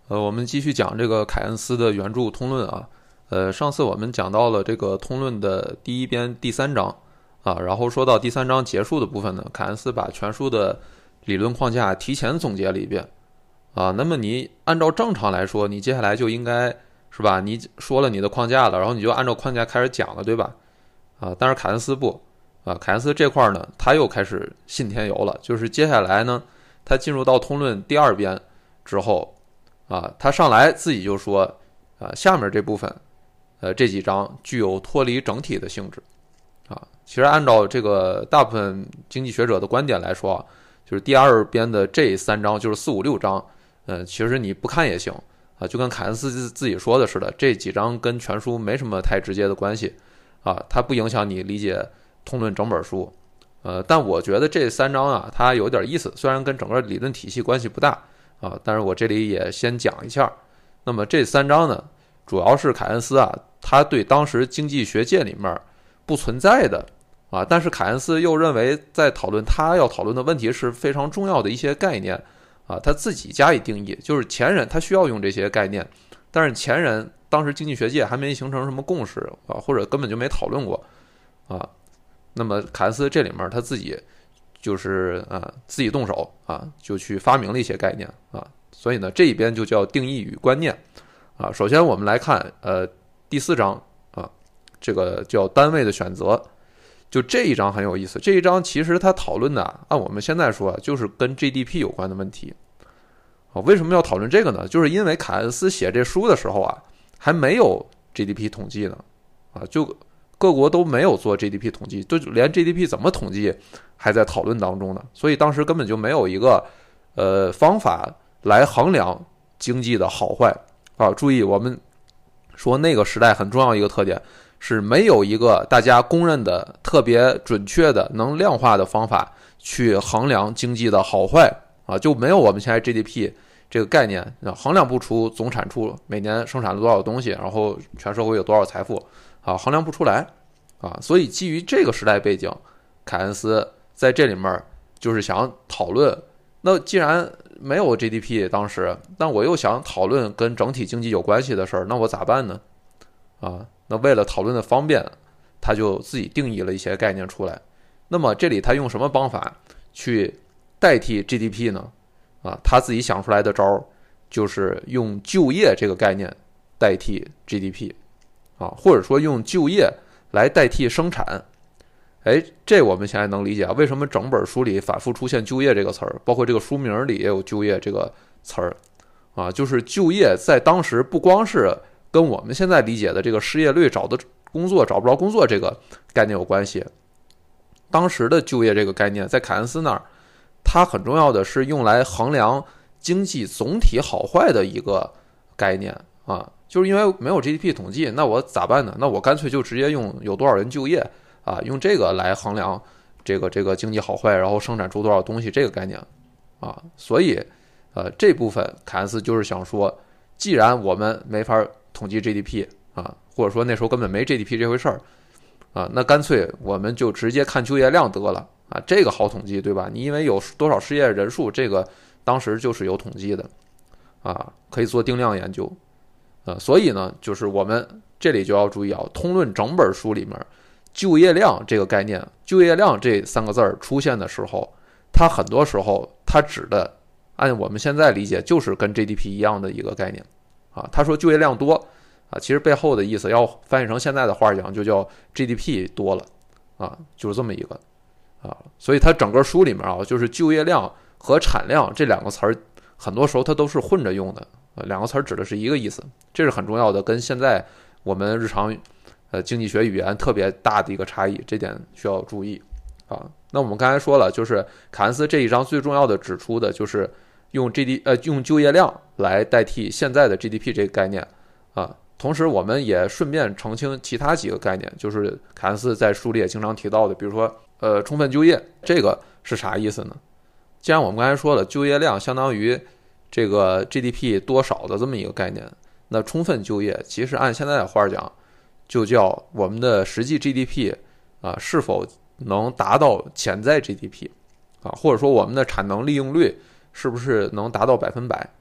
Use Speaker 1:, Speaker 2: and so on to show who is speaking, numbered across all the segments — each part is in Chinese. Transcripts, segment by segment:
Speaker 1: 我们继续讲这个凯恩斯的原著《通论》啊。上次我们讲到了这个《通论》的第一编第3章啊，然后说到第3章结束的部分呢，凯恩斯把全书的理论框架提前总结了一遍啊。那么你按照正常来说，你接下来就应该是吧？你说了你的框架了，然后你就按照框架开始讲了，对吧？啊，但是凯恩斯不啊，凯恩斯这块呢，他又开始信天游了，就是接下来呢，他进入到《通论》第2编之后。啊，他上来自己就说，下面这部分，这几章具有脱离整体的性质，啊，其实按照这个大部分经济学者的观点来说啊，就是第2编的这3章，就是4、5、6章，其实你不看也行啊，就跟凯恩斯自己说的似的，这几章跟全书没什么太直接的关系，啊，它不影响你理解通论整本书，但我觉得这3章啊，它有点意思，虽然跟整个理论体系关系不大。啊，但是我这里也先讲一下。那么这3章呢，主要是凯恩斯啊，他对当时经济学界里面不存在的啊，但是凯恩斯又认为在讨论他要讨论的问题是非常重要的一些概念啊，他自己加以定义，就是前人他需要用这些概念，但是前人当时经济学界还没形成什么共识啊，或者根本就没讨论过啊。那么凯恩斯这里面他自己。就是自己动手啊，就去发明了一些概念啊，所以呢这一边就叫定义与观念啊。首先我们来看第4章啊，这个叫单位的选择，就这一章很有意思。这一章其实它讨论的按我们现在说就是跟 GDP 有关的问题啊。为什么要讨论这个呢？就是因为凯恩斯写这书的时候啊，还没有 GDP 统计呢啊，就各国都没有做 GDP 统计，就连 GDP 怎么统计还在讨论当中呢，所以当时根本就没有一个方法来衡量经济的好坏啊。注意，我们说那个时代很重要一个特点是没有一个大家公认的特别准确的能量化的方法去衡量经济的好坏啊，就没有我们现在 GDP 这个概念，衡量不出总产出每年生产了多少东西，然后全社会有多少财富啊，衡量不出来啊。所以基于这个时代背景，凯恩斯在这里面就是想讨论，那既然没有 GDP 当时，但我又想讨论跟整体经济有关系的事儿，那我咋办呢？啊，那为了讨论的方便，他就自己定义了一些概念出来。那么这里他用什么方法去代替 GDP 呢？啊，他自己想出来的招就是用就业这个概念代替 GDP 啊，或者说用就业来代替生产。哎，这我们现在能理解啊，为什么整本书里反复出现就业这个词儿，包括这个书名里也有就业这个词儿啊，就是就业在当时不光是跟我们现在理解的这个失业率、找的工作找不着工作这个概念有关系。当时的就业这个概念在凯恩斯那儿，它很重要的是用来衡量经济总体好坏的一个概念啊，就是因为没有 GDP 统计，那我咋办呢？那我干脆就直接用有多少人就业啊，用这个来衡量这个经济好坏，然后生产出多少东西这个概念啊。所以这部分凯恩斯就是想说，既然我们没法统计 GDP 啊，或者说那时候根本没 GDP 这回事儿啊，那干脆我们就直接看就业量得了啊，这个好统计对吧？你因为有多少失业人数，这个当时就是有统计的啊，可以做定量研究所以呢，就是我们这里就要注意啊，通论整本书里面就业量这个概念，就业量这3个字出现的时候，它很多时候它指的按我们现在理解就是跟 GDP 一样的一个概念啊。他说就业量多啊，其实背后的意思要翻译成现在的话讲，就叫 GDP 多了啊，就是这么一个啊。所以它整个书里面啊，就是就业量和产量这2个词儿，很多时候它都是混着用的，2个词儿指的是一个意思，这是很重要的，跟现在我们日常经济学语言特别大的一个差异，这点需要注意啊。那我们刚才说了，就是凯恩斯这一章最重要的指出的就是用就业量来代替现在的 GDP 这个概念啊。同时我们也顺便澄清其他几个概念，就是凯恩斯在书里也经常提到的，比如说充分就业，这个是啥意思呢？既然我们刚才说了就业量相当于这个 GDP 多少的这么一个概念，那充分就业其实按现在的话讲，就叫我们的实际 GDP 啊是否能达到潜在 GDP 啊，或者说我们的产能利用率是不是能达到100%。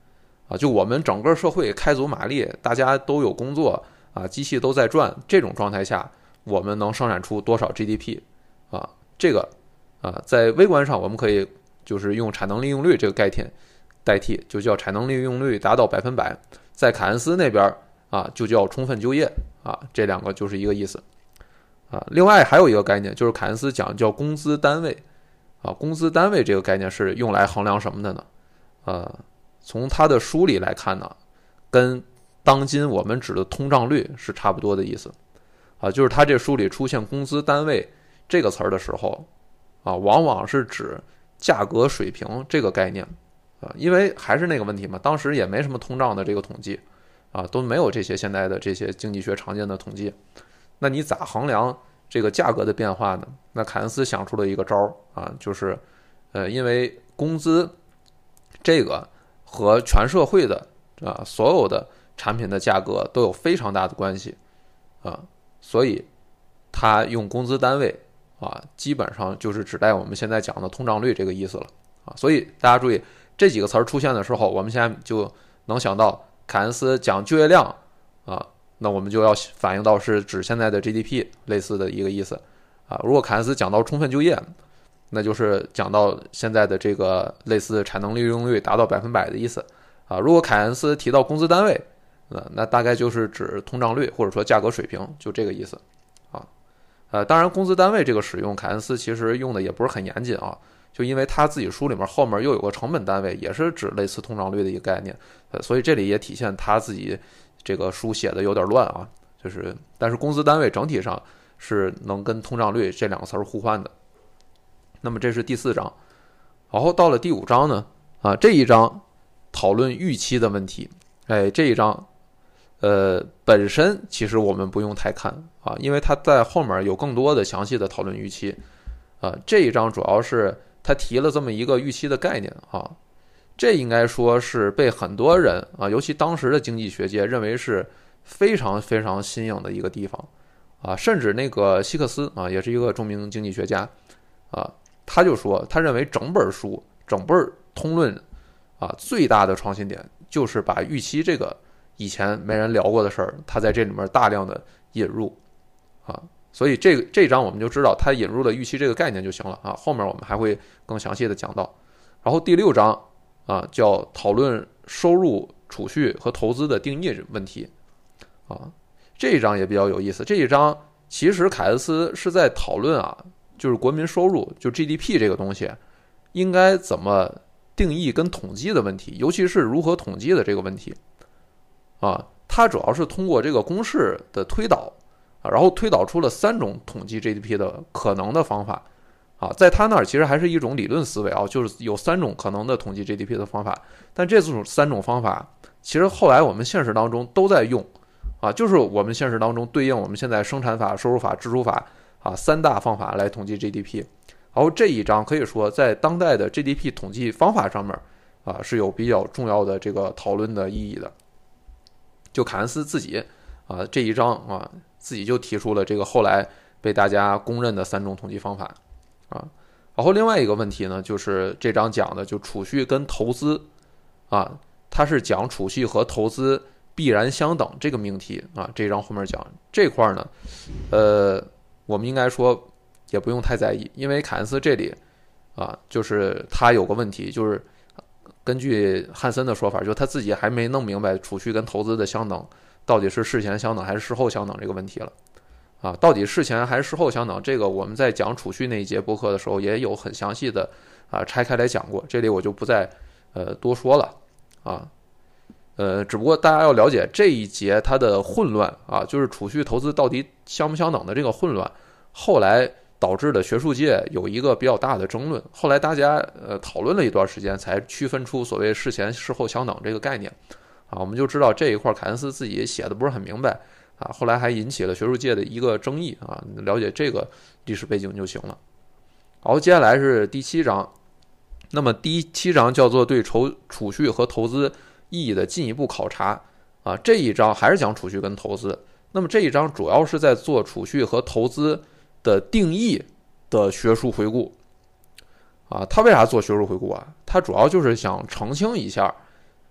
Speaker 1: 啊，就我们整个社会开足马力，大家都有工作啊，机器都在转，这种状态下，我们能生产出多少 GDP 啊？这个啊，在微观上我们可以就是用产能利用率这个概念代替，就叫产能利用率达到100%。在凯恩斯那边啊，就叫充分就业啊，这两个就是一个意思啊。另外还有一个概念，就是凯恩斯讲叫工资单位啊，工资单位这个概念是用来衡量什么的呢？从他的书里来看呢，跟当今我们指的通胀率是差不多的意思啊，就是他这书里出现工资单位这个词儿的时候啊，往往是指价格水平这个概念啊，因为还是那个问题嘛，当时也没什么通胀的这个统计啊，都没有这些现在的这些经济学常见的统计，那你咋衡量这个价格的变化呢？那凯恩斯想出了一个招啊，就是因为工资这个和全社会的啊所有的产品的价格都有非常大的关系啊，所以他用工资单位啊，基本上就是指代我们现在讲的通胀率这个意思了啊。所以大家注意这几个词儿出现的时候，我们现在就能想到凯恩斯讲就业量啊，那我们就要反映到是指现在的 GDP 类似的一个意思啊。如果凯恩斯讲到充分就业，那就是讲到现在的这个类似产能利用率达到100%的意思啊。如果凯恩斯提到工资单位，那大概就是指通胀率或者说价格水平，就这个意思啊。当然工资单位这个使用，凯恩斯其实用的也不是很严谨啊，就因为他自己书里面后面又有个成本单位，也是指类似通胀率的一个概念，所以这里也体现他自己这个书写的有点乱啊。但是工资单位整体上是能跟通胀率这两个词儿互换的。那么这是第4章，然后到了第5章呢，啊，这一章讨论预期的问题。这一章，本身其实我们不用太看啊，因为它在后面有更多的详细的讨论预期。这一章主要是他提了这么一个预期的概念啊，这应该说是被很多人啊，尤其当时的经济学界认为是非常非常新颖的一个地方啊，甚至那个希克斯啊，也是一个著名经济学家啊。他就说，他认为整本书、整本通论啊，最大的创新点就是把预期这个以前没人聊过的事儿，他在这里面大量的引入啊，所以这章我们就知道他引入了预期这个概念就行了啊。后面我们还会更详细的讲到。然后第6章啊，叫讨论收入、储蓄和投资的定义问题啊，这一章也比较有意思。这一章其实凯恩斯是在讨论啊，就是国民收入，就 GDP 这个东西应该怎么定义跟统计的问题，尤其是如何统计的这个问题啊。它主要是通过这个公式的推导啊，然后推导出了3种统计 GDP 的可能的方法啊。在他那儿其实还是一种理论思维啊，就是有3种可能的统计 GDP 的方法，但这3种方法其实后来我们现实当中都在用啊，就是我们现实当中对应我们现在生产法、收入法、支出法啊3大方法来统计 GDP。 然后这一章可以说在当代的 GDP 统计方法上面啊是有比较重要的这个讨论的意义的。就凯恩斯自己啊这一章啊自己就提出了这个后来被大家公认的3种统计方法啊。然后另外一个问题呢，就是这章讲的就储蓄跟投资啊，它是讲储蓄和投资必然相等这个命题啊。这一章后面讲这块呢，我们应该说也不用太在意，因为凯恩斯这里啊，就是他有个问题，就是根据汉森的说法，就是他自己还没弄明白储蓄跟投资的相等到底是事前相等还是事后相等这个问题了啊。到底事前还是事后相等，这个我们在讲储蓄那一节播客的时候也有很详细的啊拆开来讲过，这里我就不再多说了啊。只不过大家要了解这一节它的混乱啊，就是储蓄投资到底相不相等的这个混乱，后来导致的学术界有一个比较大的争论。后来大家讨论了一段时间，才区分出所谓事前事后相等这个概念啊。我们就知道这一块凯恩斯自己写的不是很明白啊，后来还引起了学术界的一个争议啊。了解这个历史背景就行了。好，接下来是第7章。那么第7章叫做对储蓄和投资意义的进一步考察啊。这一章还是讲储蓄跟投资。那么这一章主要是在做储蓄和投资的定义的学术回顾啊。他为啥做学术回顾啊？他主要就是想澄清一下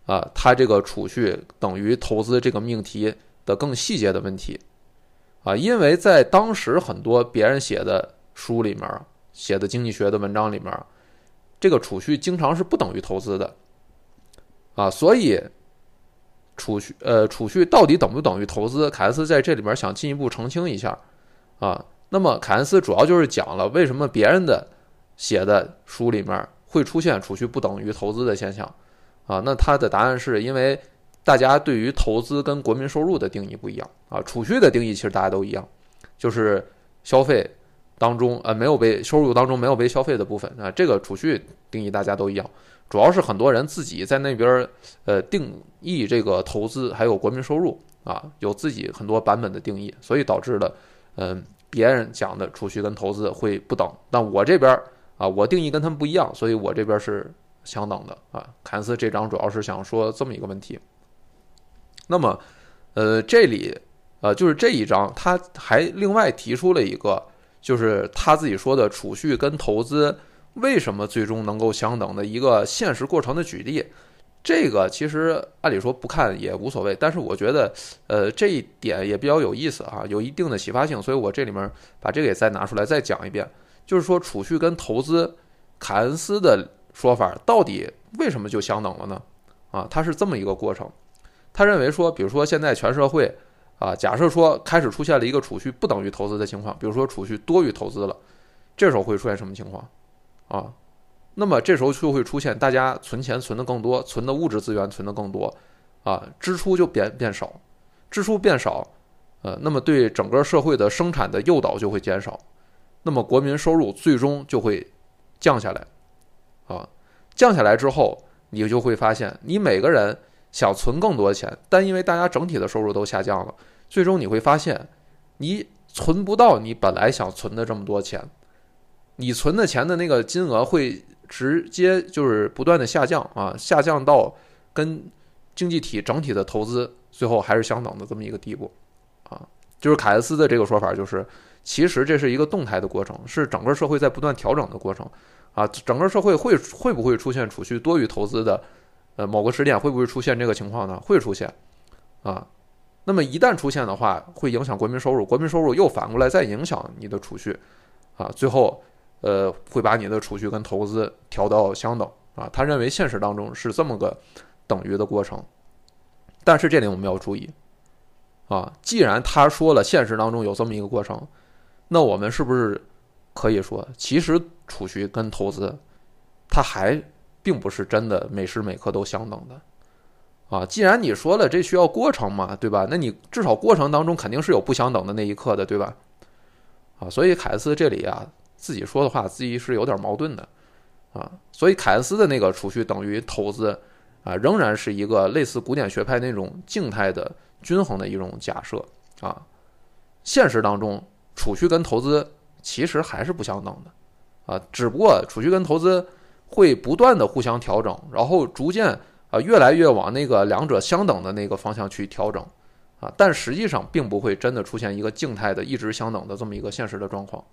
Speaker 1: 它这个储蓄等于投资这个命题的更细节的问题因为在当时很多别人写的书里面写的经济学的文章里面，这个储蓄经常是不等于投资的所以储蓄到底等不等于投资？凯恩斯在这里面想进一步澄清一下那么凯恩斯主要就是讲了为什么别人的写的书里面会出现储蓄不等于投资的现象那他的答案是因为大家对于投资跟国民收入的定义不一样储蓄的定义其实大家都一样，就是消费当中没有被收入当中没有被消费的部分这个储蓄定义大家都一样，主要是很多人自己在那边定义这个投资还有国民收入有自己很多版本的定义，所以导致了别人讲的储蓄跟投资会不等，但我这边我定义跟他们不一样，所以我这边是相等的凯恩斯这章主要是想说这么一个问题。那么这里就是这一章他还另外提出了一个，就是他自己说的储蓄跟投资为什么最终能够相等的一个现实过程的举例。这个其实按理说不看也无所谓，但是我觉得这一点也比较有意思有一定的启发性，所以我这里面把这个也再拿出来再讲一遍。就是说储蓄跟投资，凯恩斯的说法到底为什么就相等了呢他是这么一个过程。他认为说比如说现在全社会假设说开始出现了一个储蓄不等于投资的情况，比如说储蓄多于投资了，这时候会出现什么情况那么这时候就会出现大家存钱存的更多，存的物质资源存的更多支出就变少，支出变少那么对整个社会的生产的诱导就会减少，那么国民收入最终就会降下来降下来之后，你就会发现你每个人想存更多钱，但因为大家整体的收入都下降了，最终你会发现你存不到你本来想存的这么多钱，你存的钱的那个金额会直接就是不断的下降下降到跟经济体整体的投资最后还是相等的这么一个地步就是凯恩斯的这个说法，就是其实这是一个动态的过程，是整个社会在不断调整的过程整个社会会不会出现储蓄多于投资的某个时点，会不会出现这个情况呢？会出现那么一旦出现的话，会影响国民收入，国民收入又反过来再影响你的储蓄最后会把你的储蓄跟投资调到相等他认为现实当中是这么个等于的过程。但是这里我们要注意既然他说了现实当中有这么一个过程，那我们是不是可以说其实储蓄跟投资它还并不是真的每时每刻都相等的既然你说了这需要过程嘛，对吧？那你至少过程当中肯定是有不相等的那一刻的，对吧所以凯恩斯这里自己说的话自己是有点矛盾的所以凯恩斯的那个储蓄等于投资仍然是一个类似古典学派那种静态的均衡的一种假设现实当中储蓄跟投资其实还是不相等的只不过储蓄跟投资会不断的互相调整，然后逐渐越来越往那个两者相等的那个方向去调整但实际上并不会真的出现一个静态的一直相等的这么一个现实的状况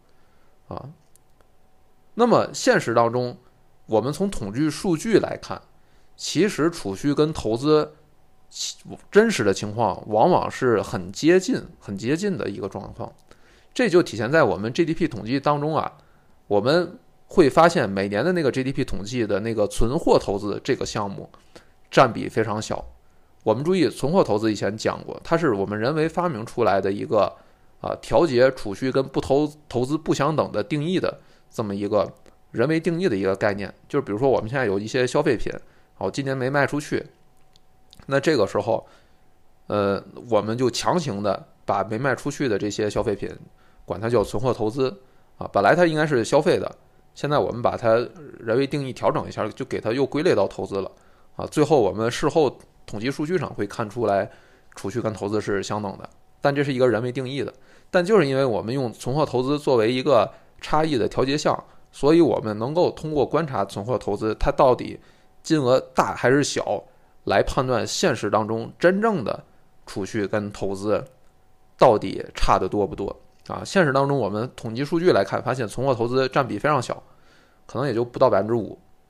Speaker 1: 那么现实当中我们从统计数据来看，其实储蓄跟投资真实的情况往往是很接近的一个状况。这就体现在我们 GDP 统计当中我们会发现每年的那个 GDP 统计的那个存货投资这个项目占比非常小。我们注意存货投资以前讲过，它是我们人为发明出来的一个调节储蓄跟投资不相等的定义的这么一个人为定义的一个概念。就是比如说我们现在有一些消费品今年没卖出去，那这个时候我们就强行的把没卖出去的这些消费品管它叫存货投资本来它应该是消费的，现在我们把它人为定义调整一下，就给它又归类到投资了最后我们事后统计数据上会看出来储蓄跟投资是相等的，但这是一个人为定义的。但就是因为我们用存货投资作为一个差异的调节项，所以我们能够通过观察存货投资它到底金额大还是小，来判断现实当中真正的储蓄跟投资到底差的多不多现实当中我们统计数据来看，发现存货投资占比非常小，可能也就不到5%。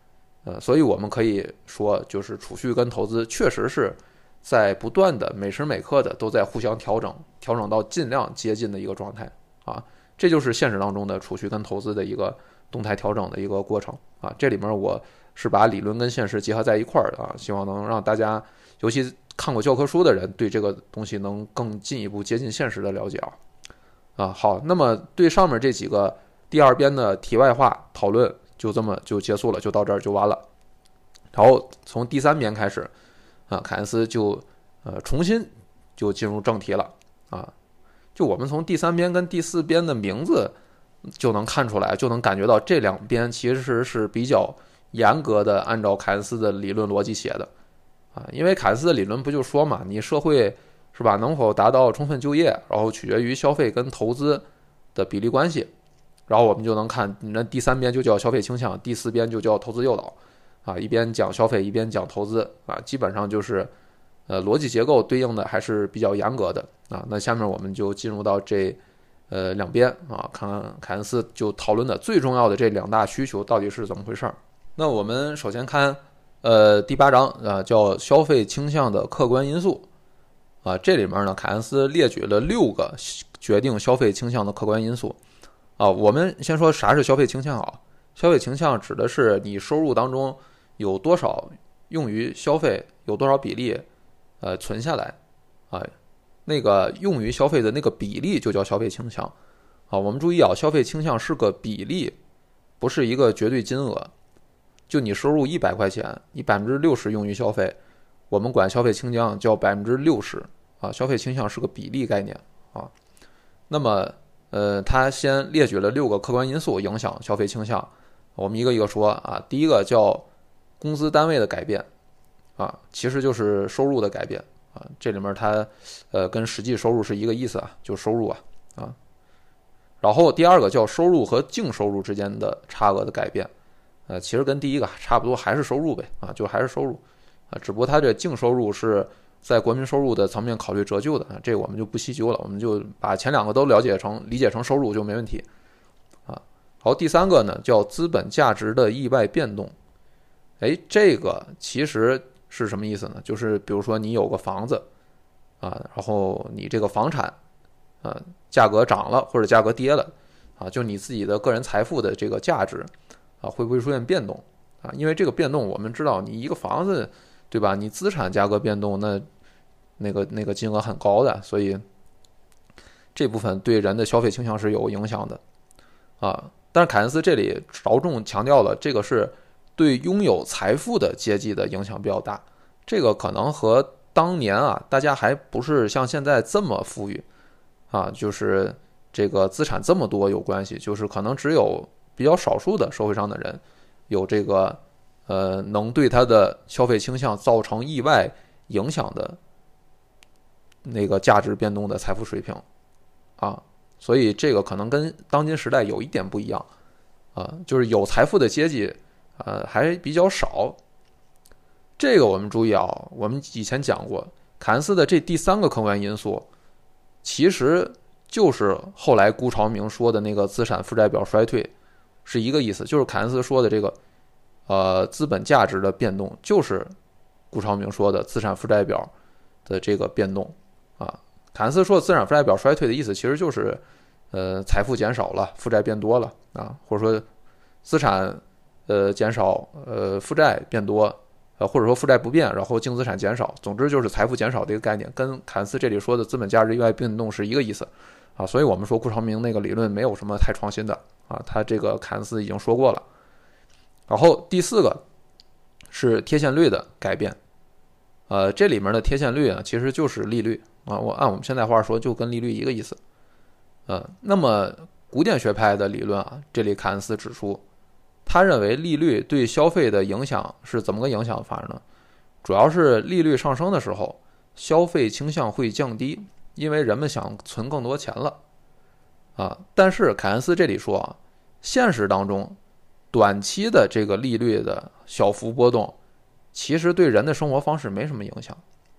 Speaker 1: 所以我们可以说，就是储蓄跟投资确实是在不断的每时每刻的都在互相调整到尽量接近的一个状态啊。这就是现实当中的储蓄跟投资的一个动态调整的一个过程啊。这里面我是把理论跟现实结合在一块儿的啊，希望能让大家，尤其看过教科书的人，对这个东西能更进一步接近现实的了解好，那么对上面这几个第二编的题外话讨论就这么就结束了，就到这儿就完了。然后从第三编开始凯恩斯就重新就进入正题了啊。就我们从第三编跟第四编的名字就能看出来，就能感觉到这两编其实是比较严格的按照凯恩斯的理论逻辑写的因为凯恩斯的理论不就说嘛，你社会是吧能否达到充分就业，然后取决于消费跟投资的比例关系。然后我们就能看，那第三编就叫消费倾向，第四编就叫投资诱导一边讲消费一边讲投资基本上就是逻辑结构对应的还是比较严格的那下面我们就进入到这两边看看凯恩斯就讨论的最重要的这两大需求到底是怎么回事。那我们首先看第8章叫消费倾向的客观因素这里面呢凯恩斯列举了6个决定消费倾向的客观因素我们先说啥是消费倾向消费倾向指的是你收入当中有多少用于消费，有多少比例存下来那个用于消费的那个比例就叫消费倾向我们注意消费倾向是个比例，不是一个绝对金额。就你收入100块钱，你60%用于消费，我们管消费倾向叫60%消费倾向是个比例概念那么他先列举了6个客观因素影响消费倾向，我们一个一个说第一个叫工资单位的改变其实就是收入的改变这里面它跟实际收入是一个意思就收入然后第二个叫收入和净收入之间的差额的改变其实跟第一个差不多，还是收入呗就还是收入只不过它这净收入是在国民收入的层面考虑折旧的这个我们就不细究了，我们就把前2个都理解成收入就没问题好，第3个呢叫资本价值的意外变动这个其实是什么意思呢？就是比如说你有个房子然后你这个房产价格涨了或者价格跌了就你自己的个人财富的这个价值会不会出现变动因为这个变动我们知道，你一个房子对吧，你资产价格变动那个金额很高的，所以这部分对人的消费倾向是有影响的但是凯恩斯这里着重强调了这个是对拥有财富的阶级的影响比较大，这个可能和当年大家还不是像现在这么富裕就是这个资产这么多有关系，就是可能只有比较少数的社会上的人有这个能对他的消费倾向造成意外影响的那个价值变动的财富水平所以这个可能跟当今时代有一点不一样就是有财富的阶级还比较少。这个我们注意我们以前讲过，凯恩斯的这第3个客观因素其实就是后来辜朝明说的那个资产负债表衰退是一个意思，就是凯恩斯说的这个资本价值的变动就是辜朝明说的资产负债表的这个变动凯恩斯说的资产负债表衰退的意思其实就是财富减少了，负债变多了或者说资产减少负债变多或者说负债不变，然后净资产减少，总之就是财富减少的一个概念，跟凯恩斯这里说的资本价值意外变动是一个意思所以我们说顾长明那个理论没有什么太创新的他这个凯恩斯已经说过了。然后第4个是贴现率的改变这里面的贴现率其实就是利率我按我们现在话说就跟利率一个意思那么古典学派的理论这里凯恩斯指出，他认为利率对消费的影响是怎么个影响法呢？主要是利率上升的时候，消费倾向会降低，因为人们想存更多钱了但是凯恩斯这里说现实当中短期的这个利率的小幅波动其实对人的生活方式没什么影响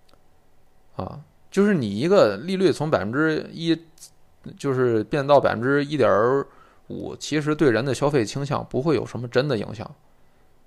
Speaker 1: 就是你一个利率从1%就是变到1.5%，其实对人的消费倾向不会有什么真的影响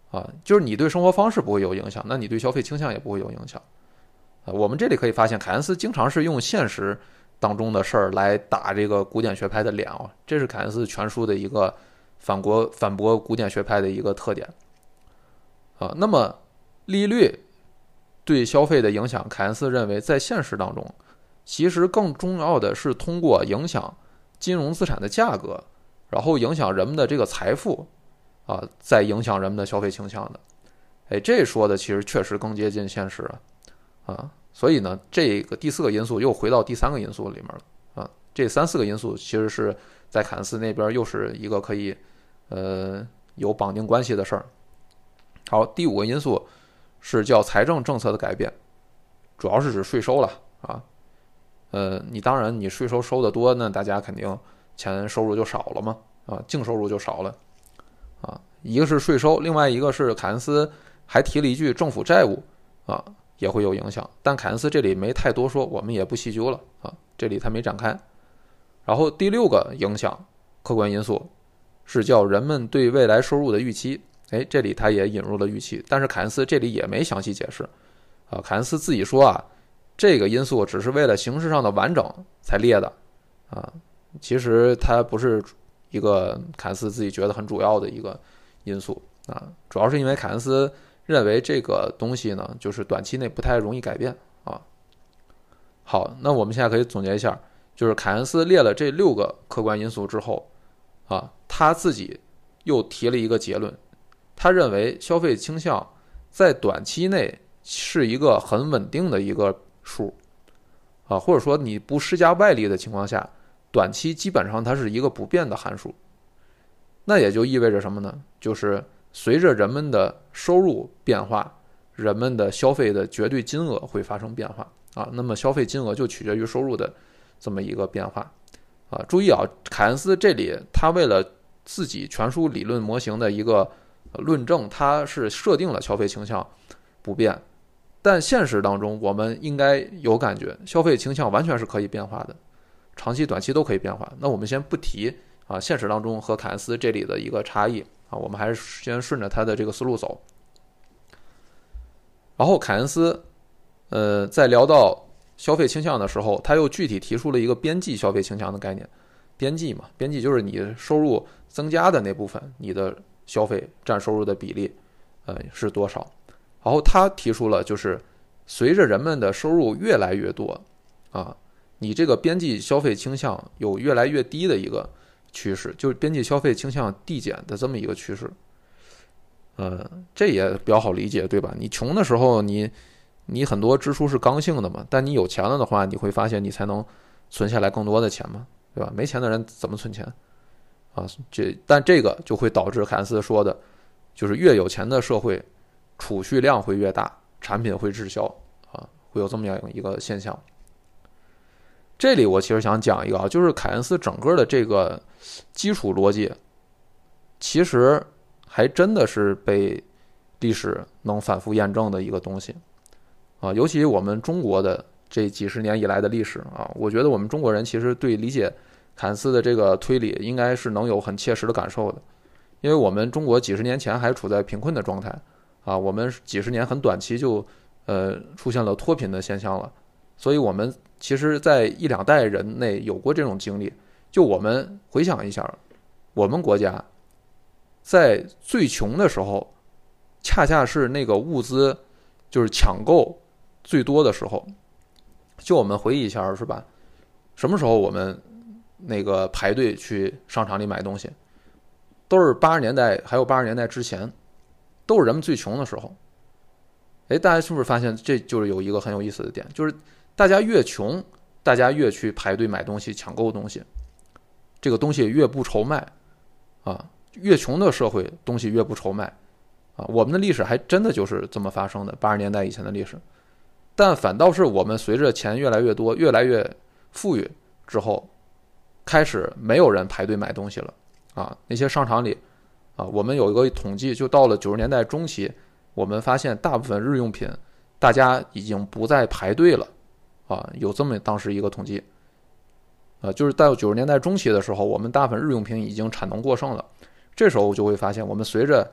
Speaker 1: 就是你对生活方式不会有影响，那你对消费倾向也不会有影响。我们这里可以发现，凯恩斯经常是用现实当中的事儿来打这个古典学派的脸这是凯恩斯全书的一个反驳古典学派的一个特点那么利率对消费的影响，凯恩斯认为在现实当中，其实更重要的是通过影响金融资产的价格，然后影响人们的这个财富再影响人们的消费倾向的。这说的其实确实更接近现实所以呢，这个第4个因素又回到第3个因素里面了这3、4个因素其实是在凯恩斯那边又是一个可以有绑定关系的事儿。好，第5个因素是叫财政政策的改变，主要是指税收了你当然你税收收得多，那大家肯定钱收入就少了嘛净收入就少了一个是税收，另外一个是凯恩斯还提了一句政府债务也会有影响，但凯恩斯这里没太多说，我们也不细究了这里他没展开。然后第6个影响客观因素是叫人们对未来收入的预期，这里他也引入了预期，但是凯恩斯这里也没详细解释凯恩斯自己说这个因素只是为了形式上的完整才列的其实它不是一个凯恩斯自己觉得很主要的一个因素主要是因为凯恩斯认为这个东西呢，就是短期内不太容易改变好，那我们现在可以总结一下，就是凯恩斯列了这6个客观因素之后他自己又提了一个结论，他认为消费倾向在短期内是一个很稳定的一个数或者说你不施加外力的情况下，短期基本上它是一个不变的函数。那也就意味着什么呢？就是随着人们的收入变化，人们的消费的绝对金额会发生变化那么消费金额就取决于收入的这么一个变化注意凯恩斯这里他为了自己全书理论模型的一个论证，他是设定了消费倾向不变，但现实当中我们应该有感觉，消费倾向完全是可以变化的，长期短期都可以变化。那我们先不提现实当中和凯恩斯这里的一个差异我们还是先顺着他的这个思路走。然后凯恩斯在聊到消费倾向的时候，他又具体提出了一个边际消费倾向的概念。边际嘛，边际就是你收入增加的那部分，你的消费占收入的比例是多少。然后他提出了就是随着人们的收入越来越多你这个边际消费倾向有越来越低的一个趋势，就是边际消费倾向递减的这么一个趋势这也比较好理解对吧？你穷的时候你很多支出是刚性的嘛，但你有钱了的话，你会发现你才能存下来更多的钱嘛，对吧？没钱的人怎么存钱但这个就会导致凯恩斯说的就是越有钱的社会储蓄量会越大，产品会滞销会有这么样一个现象。这里我其实想讲一个就是凯恩斯整个的这个基础逻辑其实还真的是被历史能反复验证的一个东西尤其我们中国的这几十年以来的历史我觉得我们中国人其实对理解凯恩斯的这个推理应该是能有很切实的感受的，因为我们中国几十年前还处在贫困的状态我们几十年很短期就出现了脱贫的现象了，所以我们其实在1、2代人内有过这种经历。就我们回想一下，我们国家在最穷的时候恰恰是那个物资就是抢购最多的时候。就我们回忆一下是吧，什么时候我们那个排队去商场里买东西，都是80年代还有80年代之前，都是人们最穷的时候。大家是不是发现这就是有一个很有意思的点，就是大家越穷，大家越去排队买东西抢购东西，这个东西越不愁卖越穷的社会东西越不愁卖我们的历史还真的就是这么发生的，80年代以前的历史。但反倒是我们随着钱越来越多越来越富裕之后，开始没有人排队买东西了那些商场里我们有一个统计，就到了90年代中期，我们发现大部分日用品大家已经不再排队了有这么当时一个统计就是到90年代中期的时候，我们大部分日用品已经产能过剩了。这时候就会发现，我们随着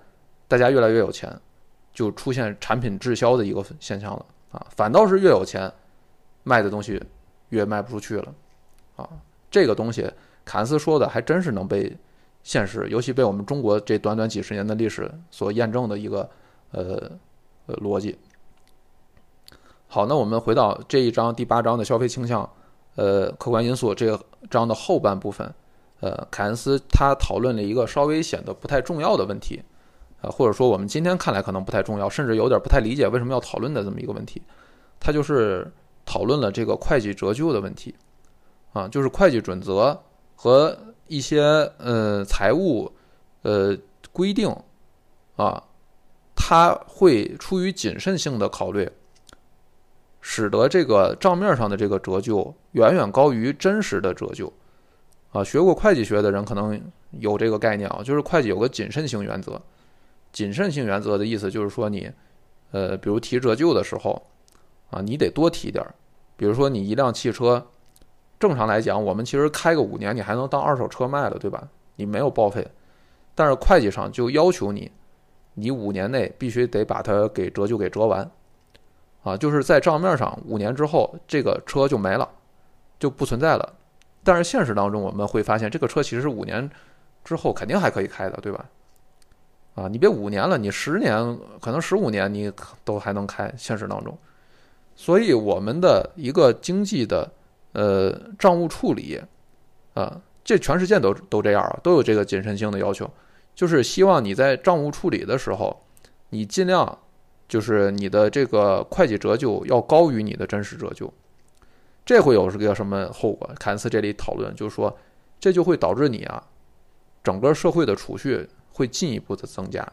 Speaker 1: 大家越来越有钱，就出现产品滞销的一个现象了啊。反倒是越有钱，卖的东西越卖不出去了啊。这个东西凯恩斯说的还真是能被现实，尤其被我们中国这短短几十年的历史所验证的一个逻辑。好，那我们回到这一章第8章的消费倾向客观因素这个章的后半部分，凯恩斯他讨论了一个稍微显得不太重要的问题，或者说我们今天看来可能不太重要，甚至有点不太理解为什么要讨论的这么一个问题。他就是讨论了这个会计折旧的问题啊，就是会计准则和一些财务规定啊，它会出于谨慎性的考虑，使得这个账面上的这个折旧远远高于真实的折旧啊。学过会计学的人可能有这个概念啊，就是会计有个谨慎性原则。谨慎性原则的意思就是说你比如提折旧的时候啊，你得多提点。比如说你一辆汽车，正常来讲我们其实开个5年你还能当二手车卖了，对吧？你没有报废，但是会计上就要求你5年内必须得把它给折旧给折完啊，就是在账面上5年之后这个车就没了，就不存在了。但是现实当中我们会发现这个车其实5年之后肯定还可以开的，对吧？啊，你别5年了，你10年可能15年你都还能开，现实当中。所以我们的一个经济的账务处理啊，这全世界都这样啊，都有这个谨慎性的要求，就是希望你在账务处理的时候，你尽量就是你的这个会计折旧要高于你的真实折旧。这会有个什么后果？凯恩斯这里讨论就是说，这就会导致你啊，整个社会的储蓄会进一步的增加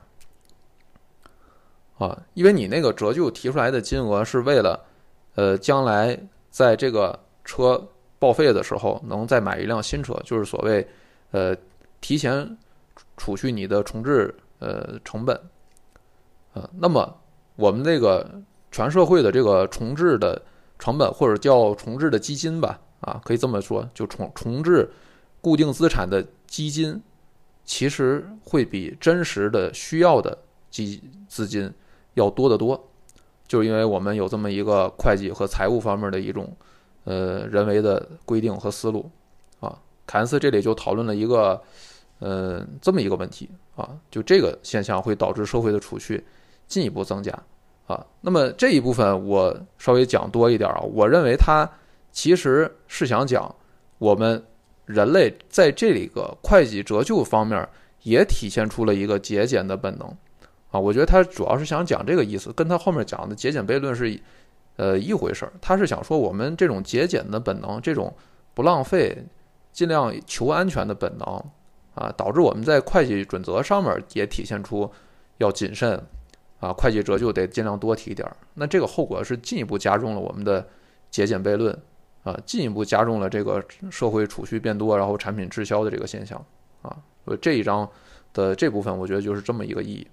Speaker 1: 啊，因为你那个折旧提出来的金额是为了将来在这个车报废的时候能再买一辆新车，就是所谓提前储蓄你的重置成本那么我们这个全社会的这个重置的成本，或者叫重置的基金吧啊，可以这么说，就重置固定资产的基金其实会比真实的需要的资金要多得多，就是因为我们有这么一个会计和财务方面的一种人为的规定和思路啊。凯恩斯这里就讨论了一个这么一个问题啊，就这个现象会导致社会的储蓄进一步增加啊。那么这一部分我稍微讲多一点啊，我认为它其实是想讲我们人类在这个会计折旧方面也体现出了一个节俭的本能啊。我觉得他主要是想讲这个意思，跟他后面讲的节俭悖论是一回事。他是想说我们这种节俭的本能，这种不浪费、尽量求安全的本能啊，导致我们在会计准则上面也体现出要谨慎啊，会计折旧得尽量多提一点。那这个后果是进一步加重了我们的节俭悖论啊，进一步加重了这个社会储蓄变多，然后产品滞销的这个现象啊。所以这一章的这部分，我觉得就是这么一个意义。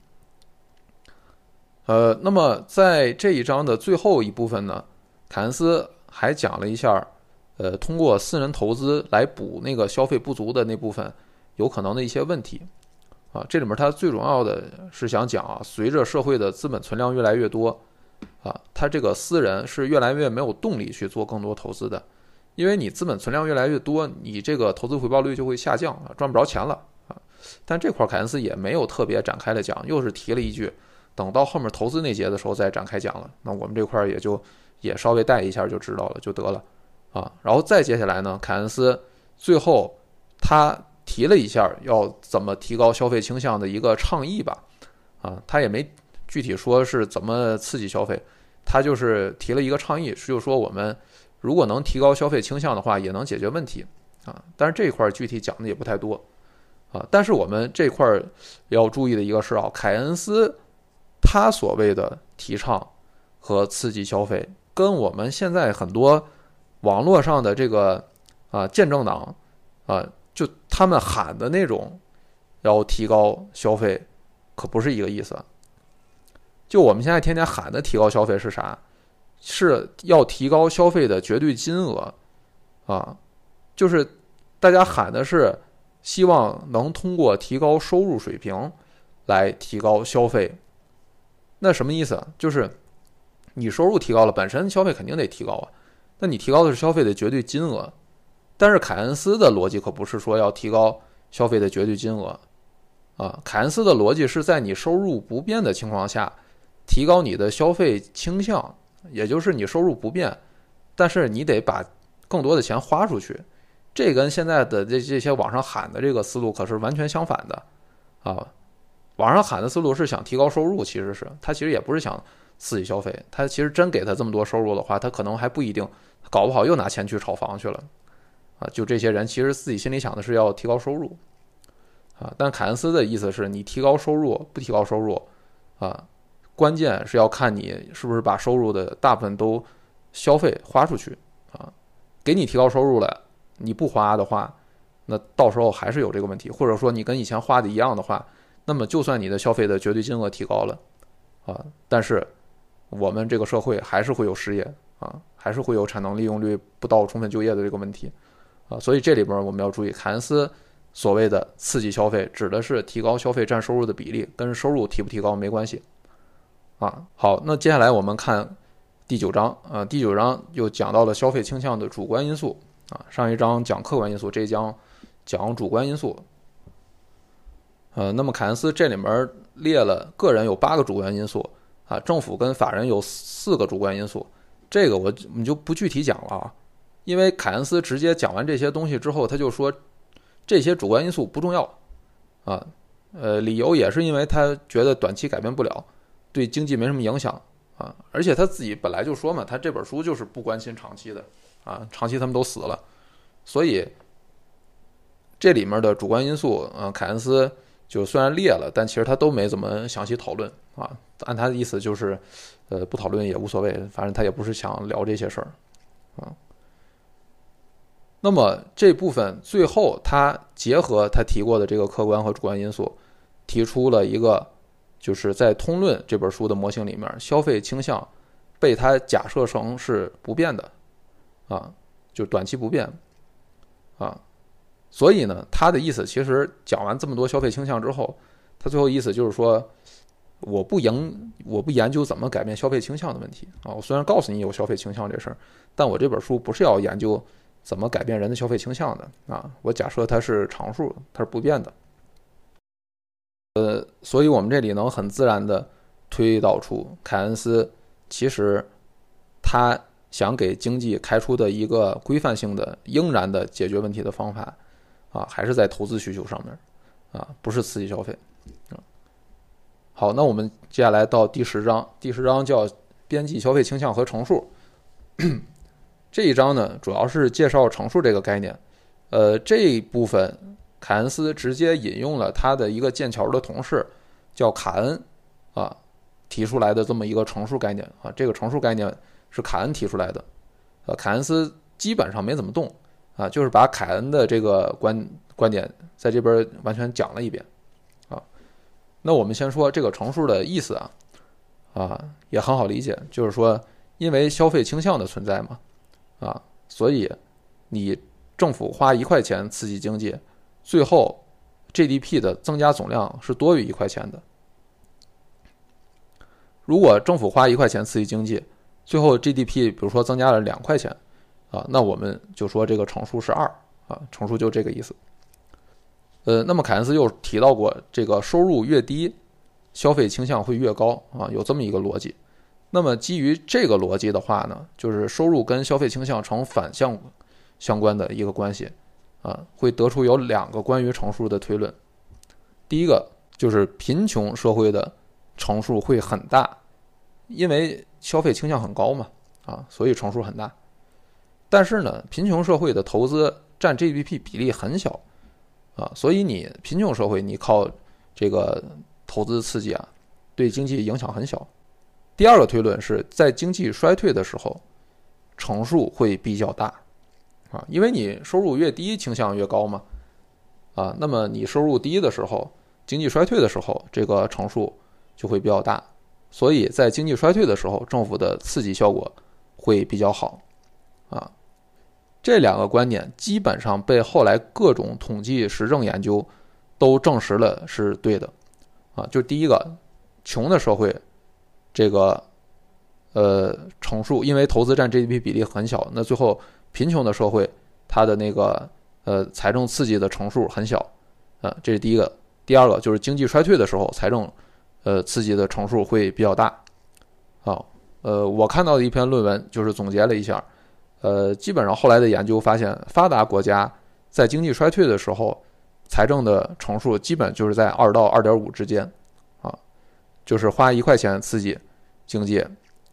Speaker 1: 那么在这一章的最后一部分呢，凯恩斯还讲了一下，通过私人投资来补那个消费不足的那部分有可能的一些问题啊。这里面他最重要的是想讲啊，随着社会的资本存量越来越多啊，他这个私人是越来越没有动力去做更多投资的，因为你资本存量越来越多，你这个投资回报率就会下降啊，赚不着钱了啊。但这块凯恩斯也没有特别展开的讲，又是提了一句，等到后面投资那节的时候再展开讲了。那我们这块也稍微带一下就知道了就得了啊。然后再接下来呢，凯恩斯最后他提了一下要怎么提高消费倾向的一个倡议吧啊，他也没具体说是怎么刺激消费，他就是提了一个倡议，就是说我们如果能提高消费倾向的话，也能解决问题啊。但是这一块具体讲的也不太多啊。但是我们这块要注意的一个是啊，凯恩斯他所谓的提倡和刺激消费，跟我们现在很多网络上的这个见证党就他们喊的那种要提高消费，可不是一个意思。就我们现在天天喊的提高消费是啥？是要提高消费的绝对金额啊，就是大家喊的是希望能通过提高收入水平来提高消费。那什么意思啊？就是你收入提高了，本身消费肯定得提高啊。那你提高的是消费的绝对金额，但是凯恩斯的逻辑可不是说要提高消费的绝对金额啊。凯恩斯的逻辑是在你收入不变的情况下，提高你的消费倾向，也就是你收入不变，但是你得把更多的钱花出去。这跟现在的这些网上喊的这个思路可是完全相反的啊！网上喊的思路是想提高收入，其实他其实也不是想刺激消费，他其实真给他这么多收入的话，他可能还不一定，搞不好又拿钱去炒房去了啊！就这些人其实自己心里想的是要提高收入啊，但凯恩斯的意思是你提高收入不提高收入啊，关键是要看你是不是把收入的大部分都消费花出去啊。给你提高收入了，你不花的话，那到时候还是有这个问题，或者说你跟以前花的一样的话，那么就算你的消费的绝对金额提高了啊，但是我们这个社会还是会有失业啊，还是会有产能利用率不到充分就业的这个问题啊，所以这里边我们要注意，凯恩斯所谓的刺激消费指的是提高消费占收入的比例，跟收入提不提高没关系啊。好，那接下来我们看第9章啊，第9章又讲到了消费倾向的主观因素啊，上一章讲客观因素，这一章讲主观因素。那么凯恩斯这里面列了个人有8个主观因素啊，政府跟法人有4个主观因素，这个我们就不具体讲了啊，因为凯恩斯直接讲完这些东西之后，他就说这些主观因素不重要啊，理由也是因为他觉得短期改变不了，对经济没什么影响啊，而且他自己本来就说嘛，他这本书就是不关心长期的啊，长期他们都死了，所以这里面的主观因素凯恩斯就虽然列了，但其实他都没怎么详细讨论啊。按他的意思就是，不讨论也无所谓，反正他也不是想聊这些事儿啊。那么这部分最后他结合他提过的这个客观和主观因素，提出了一个就是在《通论》这本书的模型里面，消费倾向被他假设成是不变的啊，就短期不变啊。所以呢，他的意思其实讲完这么多消费倾向之后，他最后意思就是说，我不研究怎么改变消费倾向的问题啊。我虽然告诉你有消费倾向这事儿，但我这本书不是要研究怎么改变人的消费倾向的啊。我假设它是常数，它是不变的。所以我们这里能很自然的推导出凯恩斯其实他想给经济开出的一个规范性的应然的解决问题的方法啊，还是在投资需求上面啊，不是刺激消费啊。好，那我们接下来到第10章，第10章叫边际消费倾向和乘数。这一章呢，主要是介绍乘数这个概念。这一部分凯恩斯直接引用了他的一个剑桥的同事叫卡恩啊提出来的这么一个乘数概念啊，这个乘数概念是凯恩提出来的，凯恩斯基本上没怎么动啊，就是把凯恩的这个观点在这边完全讲了一遍啊。那我们先说这个乘数的意思啊，也很好理解，就是说因为消费倾向的存在嘛啊，所以你政府花1块钱刺激经济，最后 GDP 的增加总量是多于1块钱的。如果政府花1块钱刺激经济，最后 GDP 比如说增加了2块钱啊，那我们就说这个乘数是2啊，乘数就这个意思。那么凯恩斯又提到过，这个收入越低，消费倾向会越高啊，有这么一个逻辑。那么基于这个逻辑的话呢，就是收入跟消费倾向成反向相关的一个关系啊，会得出有2个关于乘数的推论。第一个就是贫穷社会的乘数会很大，因为消费倾向很高嘛啊，所以乘数很大。但是呢，贫穷社会的投资占 GDP 比例很小啊，所以你贫穷社会你靠这个投资刺激啊，对经济影响很小。第二个推论是在经济衰退的时候，乘数会比较大啊，因为你收入越低，倾向越高嘛啊，那么你收入低的时候，经济衰退的时候，这个乘数就会比较大，所以在经济衰退的时候，政府的刺激效果会比较好啊。这2个观点基本上被后来各种统计实证研究都证实了是对的就第一个，穷的社会这个乘数，因为投资占 GDP 比例很小，那最后贫穷的社会它的那个财政刺激的乘数很小，这是第一个。第二个就是经济衰退的时候，财政刺激的乘数会比较大。我看到的一篇论文就是总结了一下，基本上后来的研究发现，发达国家在经济衰退的时候，财政的乘数基本就是在2到2.5之间，就是花1块钱刺激经济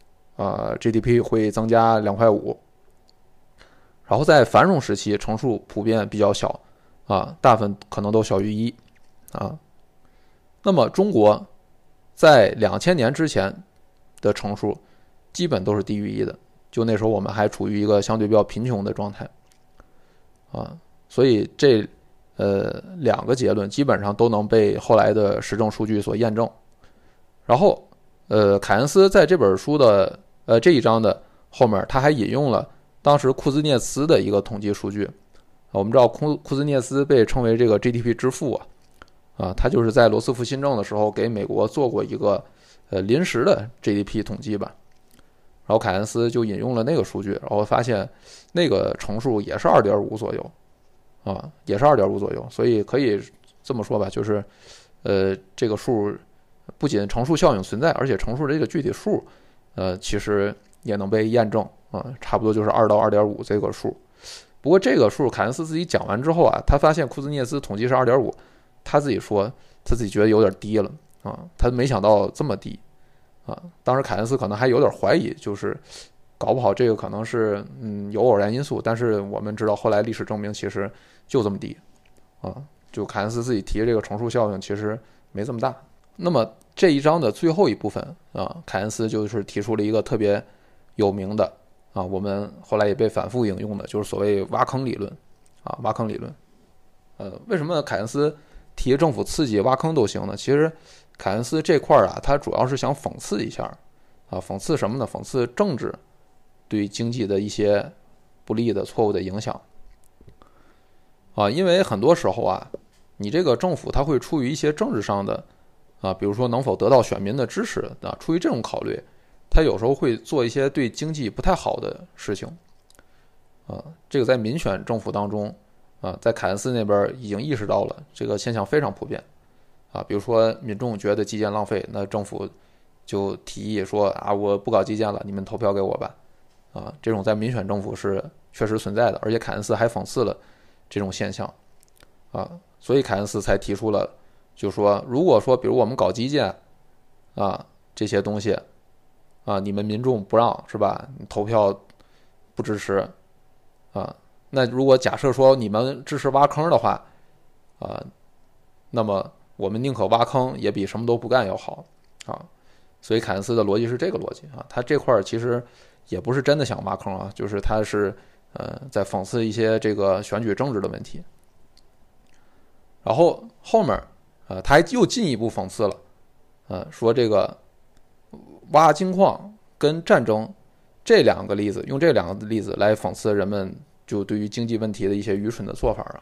Speaker 1: ，GDP 会增加2.5块，然后在繁荣时期乘数普遍比较小，大部分可能都小于1，那么中国在2000年之前的乘数基本都是低于1的，就那时候我们还处于一个相对比较贫穷的状态，所以这2个结论基本上都能被后来的实证数据所验证。然后凯恩斯在这本书的这一章的后面，他还引用了当时库兹涅茨的一个统计数据。我们知道库兹涅茨被称为这个 GDP 之父他就是在罗斯福新政的时候给美国做过一个临时的 GDP 统计吧。然后凯恩斯就引用了那个数据，然后发现那个乘数也是 2.5 左右也是 2.5 左右，所以可以这么说吧，就是这个数不仅乘数效应存在，而且乘数这个具体数其实也能被验证差不多就是2到2.5这个数。不过这个数凯恩斯自己讲完之后他发现库兹涅茨统计是 2.5， 他自己说他自己觉得有点低了他没想到这么低当时凯恩斯可能还有点怀疑，就是搞不好这个可能是有偶然因素，但是我们知道后来历史证明其实就这么低就凯恩斯自己提这个乘数效应其实没这么大。那么这一章的最后一部分凯恩斯就是提出了一个特别有名的我们后来也被反复引用的，就是所谓挖坑理论挖坑理论。为什么凯恩斯提政府刺激挖坑都行呢？其实凯恩斯这块他主要是想讽刺一下讽刺什么呢？讽刺政治对经济的一些不利的错误的影响因为很多时候你这个政府它会出于一些政治上的比如说能否得到选民的支持出于这种考虑，他有时候会做一些对经济不太好的事情这个在民选政府当中在凯恩斯那边已经意识到了，这个现象非常普遍比如说民众觉得基建浪费，那政府就提议说我不搞基建了，你们投票给我吧这种在民选政府是确实存在的，而且凯恩斯还讽刺了这种现象所以凯恩斯才提出了，就说如果说比如我们搞基建这些东西你们民众不让是吧，你投票不支持那如果假设说你们支持挖坑的话那么我们宁可挖坑也比什么都不干要好所以凯恩斯的逻辑是这个逻辑他这块其实也不是真的想挖坑就是他是在讽刺一些这个选举政治的问题。然后后面他还又进一步讽刺了说这个挖金矿跟战争这2个例子，用这2个例子来讽刺人们就对于经济问题的一些愚蠢的做法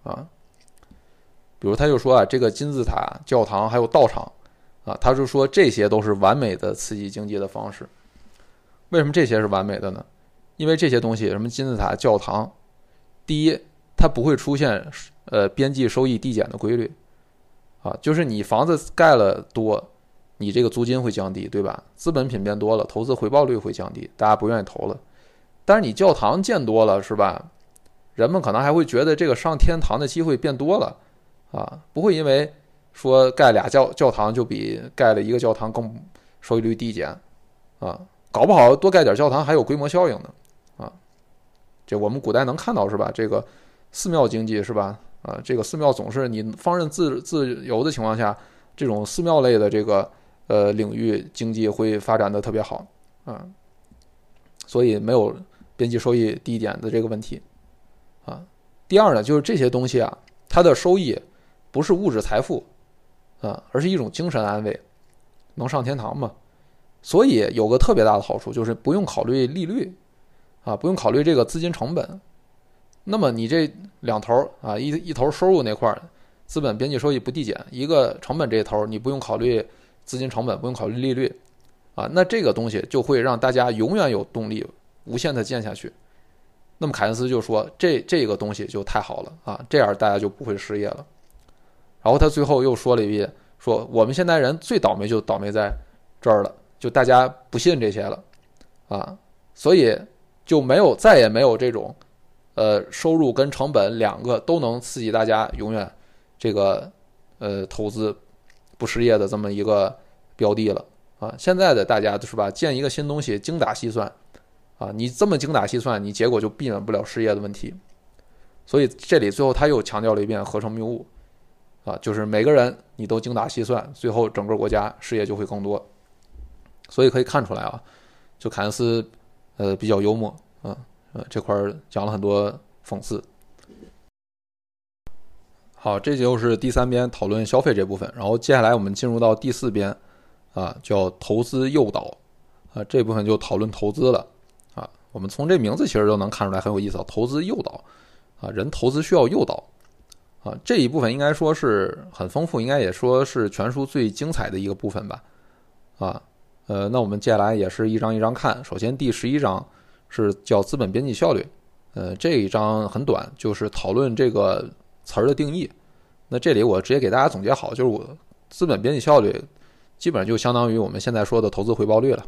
Speaker 1: 比如他就说这个金字塔、教堂还有道场他就说这些都是完美的刺激经济的方式。为什么这些是完美的呢？因为这些东西，什么金字塔、教堂，第一，它不会出现边际收益递减的规律就是你房子盖了多，你这个租金会降低，对吧？资本品变多了，投资回报率会降低，大家不愿意投了。但是你教堂建多了，是吧？人们可能还会觉得这个上天堂的机会变多了不会因为说盖俩教堂就比盖了一个教堂更收益率递减搞不好多盖点教堂还有规模效应呢这我们古代能看到是吧？这个寺庙经济是吧？这个寺庙总是你放任自由的情况下，这种寺庙类的这个领域经济会发展的特别好所以没有边际收益递减的这个问题第二呢，就是这些东西它的收益不是物质财富而是一种精神安慰，能上天堂嘛。所以有个特别大的好处，就是不用考虑利率不用考虑这个资金成本。那么你这两头一头收入那块资本边际收益不递减，一个成本这一头你不用考虑资金成本，不用考虑利率啊，那这个东西就会让大家永远有动力无限的建下去。那么凯恩斯就说这个东西就太好了啊，这样大家就不会失业了。然后他最后又说了一遍，说我们现代人最倒霉就倒霉在这儿了，就大家不信这些了啊，所以就再也没有这种收入跟成本两个都能刺激大家永远这个投资不失业的这么一个标的了啊。现在的大家是吧，建一个新东西精打细算啊，你这么精打细算，你结果就避免不了失业的问题。所以这里最后他又强调了一遍合成谬误啊，就是每个人你都精打细算，最后整个国家失业就会更多。所以可以看出来啊，就凯恩斯比较幽默啊，这块讲了很多讽刺。好，这就是第3边讨论消费这部分，然后接下来我们进入到第4边啊，叫投资诱导啊，这部分就讨论投资了啊。我们从这名字其实就能看出来很有意思啊，投资诱导啊，人投资需要诱导啊，这一部分应该说是很丰富，应该也说是全书最精彩的一个部分吧啊。那我们接下来也是一章一章看。首先第11章是叫资本边际效率，这一章很短，就是讨论这个词儿的定义。那这里我直接给大家总结好，就是我资本边际效率基本上就相当于我们现在说的投资回报率了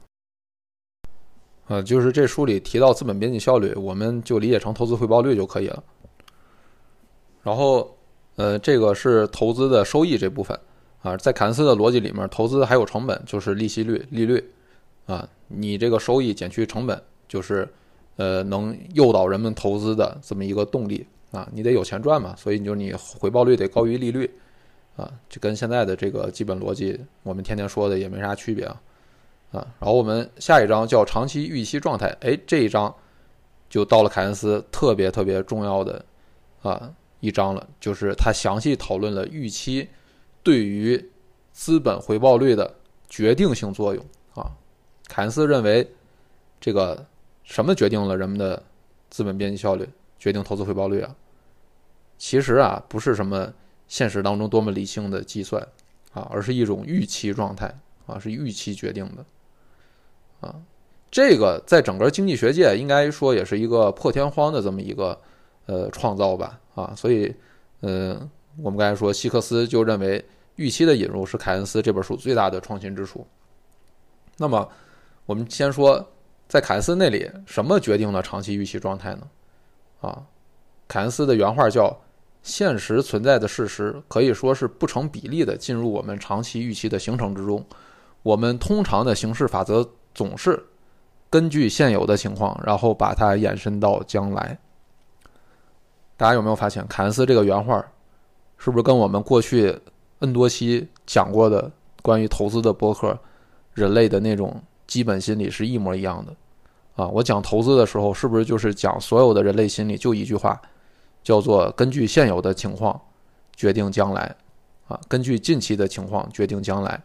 Speaker 1: 啊。就是这书里提到资本边际效率，我们就理解成投资回报率就可以了。然后这个是投资的收益这部分啊，在凯恩斯的逻辑里面，投资还有成本，就是利息率、利率啊，你这个收益减去成本，就是能诱导人们投资的这么一个动力啊，你得有钱赚嘛，所以你回报率得高于利率啊，这跟现在的这个基本逻辑我们天天说的也没啥区别啊。然后我们下一章叫长期预期状态，这一章就到了凯恩斯特别重要的一章了，就是他详细讨论了预期对于资本回报率的决定性作用啊。凯恩斯认为这个什么决定了人们的资本边际效率，决定投资回报率啊？其实不是什么现实当中多么理性的计算而是一种预期状态是预期决定的这个在整个经济学界应该说也是一个破天荒的这么一个创造吧所以我们刚才说希克斯就认为预期的引入是凯恩斯这本书最大的创新之处。那么我们先说在凯恩斯那里什么决定了长期预期状态呢凯恩斯的原话叫现实存在的事实可以说是不成比例的进入我们长期预期的形成之中，我们通常的行事法则总是根据现有的情况，然后把它延伸到将来。大家有没有发现凯恩斯这个原话是不是跟我们过去 N 多期讲过的关于投资的播客人类的那种基本心理是一模一样的我讲投资的时候是不是就是讲所有的人类心理就一句话，叫做根据现有的情况决定将来根据近期的情况决定将来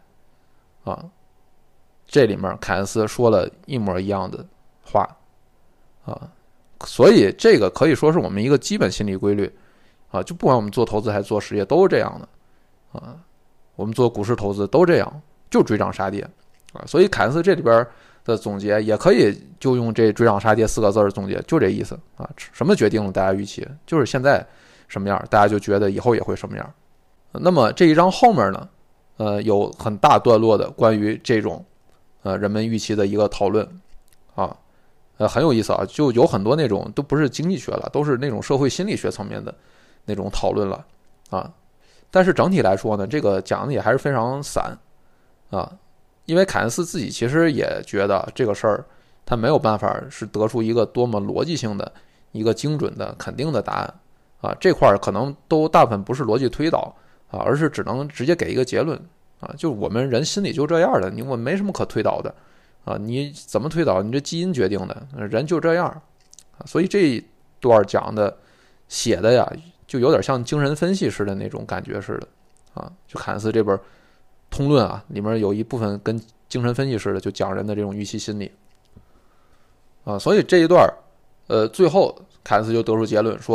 Speaker 1: 这里面凯恩斯说了一模一样的话所以这个可以说是我们一个基本心理规律就不管我们做投资还是做实业都是这样的我们做股市投资都这样，就追涨杀跌所以凯恩斯这里边的总结也可以就用这追涨杀跌4个字总结，就这意思什么决定了大家预期，就是现在什么样大家就觉得以后也会什么样那么这一章后面呢有很大段落的关于这种人们预期的一个讨论很有意思就有很多那种都不是经济学了，都是那种社会心理学层面的那种讨论了但是整体来说呢，这个讲的也还是非常散因为凯恩斯自己其实也觉得这个事儿他没有办法是得出一个多么逻辑性的一个精准的肯定的答案这块可能都大部分不是逻辑推导而是只能直接给一个结论就我们人心里就这样的，我没什么可推导的你怎么推导？你这基因决定的，人就这样所以这一段讲的写的呀，就有点像精神分析式的那种感觉似的就凯恩斯这本通论里面有一部分跟精神分析似的，就讲人的这种预期心理所以这一段最后凯恩斯就得出结论说，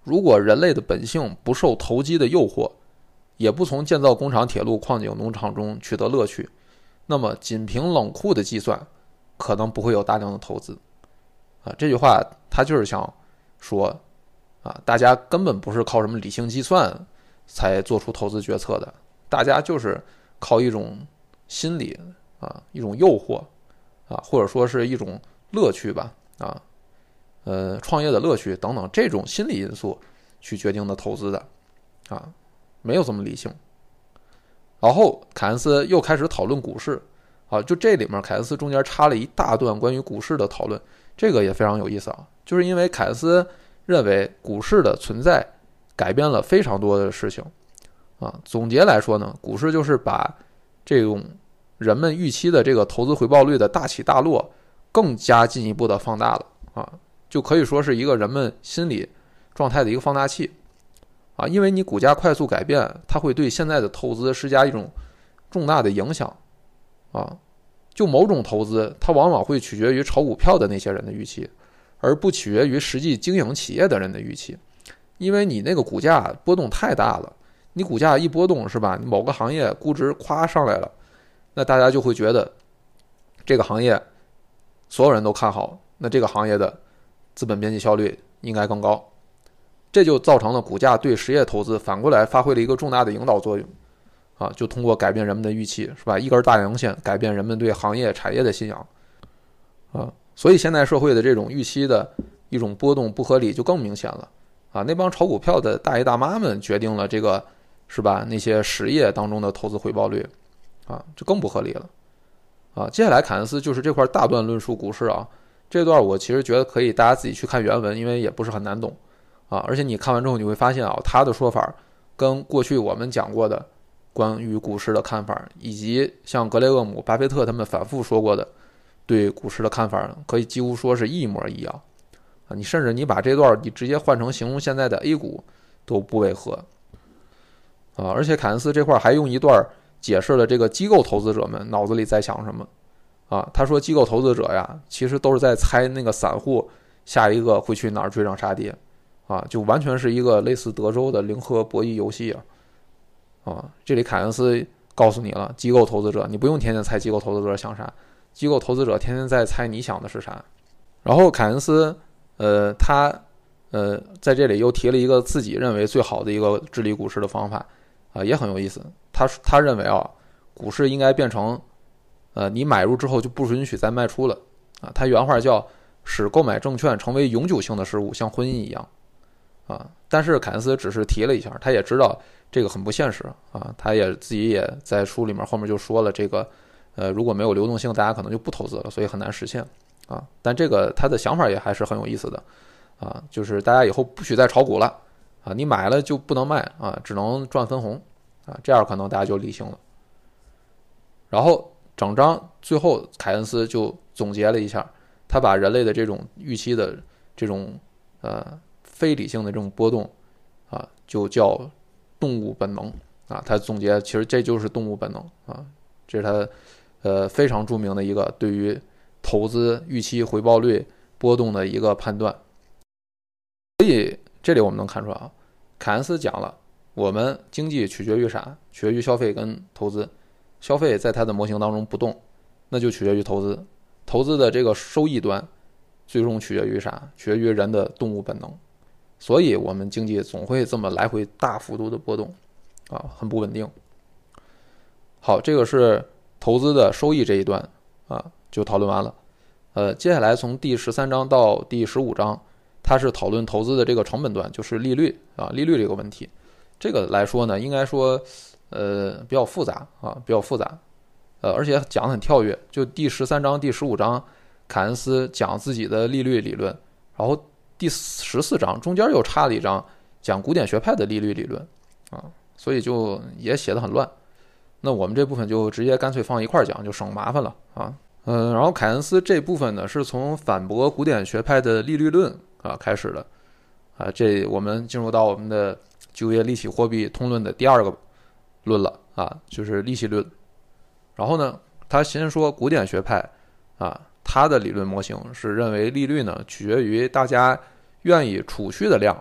Speaker 1: 如果人类的本性不受投机的诱惑，也不从建造工厂、铁路、矿井、农场中取得乐趣，那么仅凭冷酷的计算，可能不会有大量的投资。这句话他就是想说，大家根本不是靠什么理性计算才做出投资决策的，大家就是靠一种心理一种诱惑或者说是一种乐趣吧创业的乐趣等等这种心理因素去决定的投资的没有这么理性。然后凯恩斯又开始讨论股市就这里面凯恩斯中间插了一大段关于股市的讨论，这个也非常有意思就是因为凯恩斯认为股市的存在改变了非常多的事情总结来说呢，股市就是把这种人们预期的这个投资回报率的大起大落更加进一步的放大了就可以说是一个人们心理状态的一个放大器因为你股价快速改变，它会对现在的投资施加一种重大的影响就某种投资它往往会取决于炒股票的那些人的预期，而不取决于实际经营企业的人的预期。因为你那个股价波动太大了，你股价一波动是吧，某个行业估值夸上来了，那大家就会觉得这个行业所有人都看好，那这个行业的资本边际效率应该更高，这就造成了股价对实业投资反过来发挥了一个重大的引导作用就通过改变人们的预期是吧，一根大阳线改变人们对行业产业的信仰所以现代社会的这种预期的一种波动不合理就更明显了那帮炒股票的大爷大妈们决定了这个是吧那些实业当中的投资回报率这更不合理了接下来凯恩斯就是这块大段论述股市这段我其实觉得可以大家自己去看原文，因为也不是很难懂而且你看完之后你会发现他的说法跟过去我们讲过的关于股市的看法，以及像格雷厄姆、巴菲特他们反复说过的对股市的看法，可以几乎说是一模一样你甚至你把这段你直接换成形容现在的 A 股都不违和而且凯恩斯这块还用一段解释了这个机构投资者们脑子里在想什么他说机构投资者呀其实都是在猜那个散户下一个会去哪儿追涨杀跌就完全是一个类似德州的零和博弈游戏这里凯恩斯告诉你了，机构投资者你不用天天猜机构投资者想啥，机构投资者天天在猜你想的是啥。然后凯恩斯他在这里又提了一个自己认为最好的一个治理股市的方法也很有意思。他认为股市应该变成你买入之后就不允许再卖出了他原话叫使购买证券成为永久性的事物，像婚姻一样但是凯恩斯只是提了一下，他也知道这个很不现实他也自己也在书里面后面就说了，这个如果没有流动性，大家可能就不投资了，所以很难实现但这个他的想法也还是很有意思的就是大家以后不许再炒股了你买了就不能卖只能赚分红这样可能大家就理性了。然后整章最后凯恩斯就总结了一下，他把人类的这种预期的这种非理性的这种波动就叫动物本能他总结其实这就是动物本能这是他非常著名的一个对于投资预期回报率波动的一个判断。所以这里我们能看出凯恩斯讲了我们经济取决于啥，取决于消费跟投资，消费在他的模型当中不动，那就取决于投资，投资的这个收益端最终取决于啥，取决于人的动物本能。所以我们经济总会这么来回大幅度的波动很不稳定。好，这个是投资的收益这一段就讨论完了接下来从第13章到第15章它是讨论投资的这个成本端，就是利率利率这个问题。这个来说呢应该说比较复杂而且讲得很跳跃，就第13章第15章凯恩斯讲自己的利率理论，然后第14章中间又插了一章讲古典学派的利率理论所以就也写得很乱。那我们这部分就直接干脆放一块讲，就省麻烦了然后凯恩斯这部分呢是从反驳古典学派的利率论开始的这我们进入到我们的就业利息货币通论的第二个论了就是利息论。然后呢他先说古典学派他的理论模型是认为利率呢取决于大家愿意储蓄的量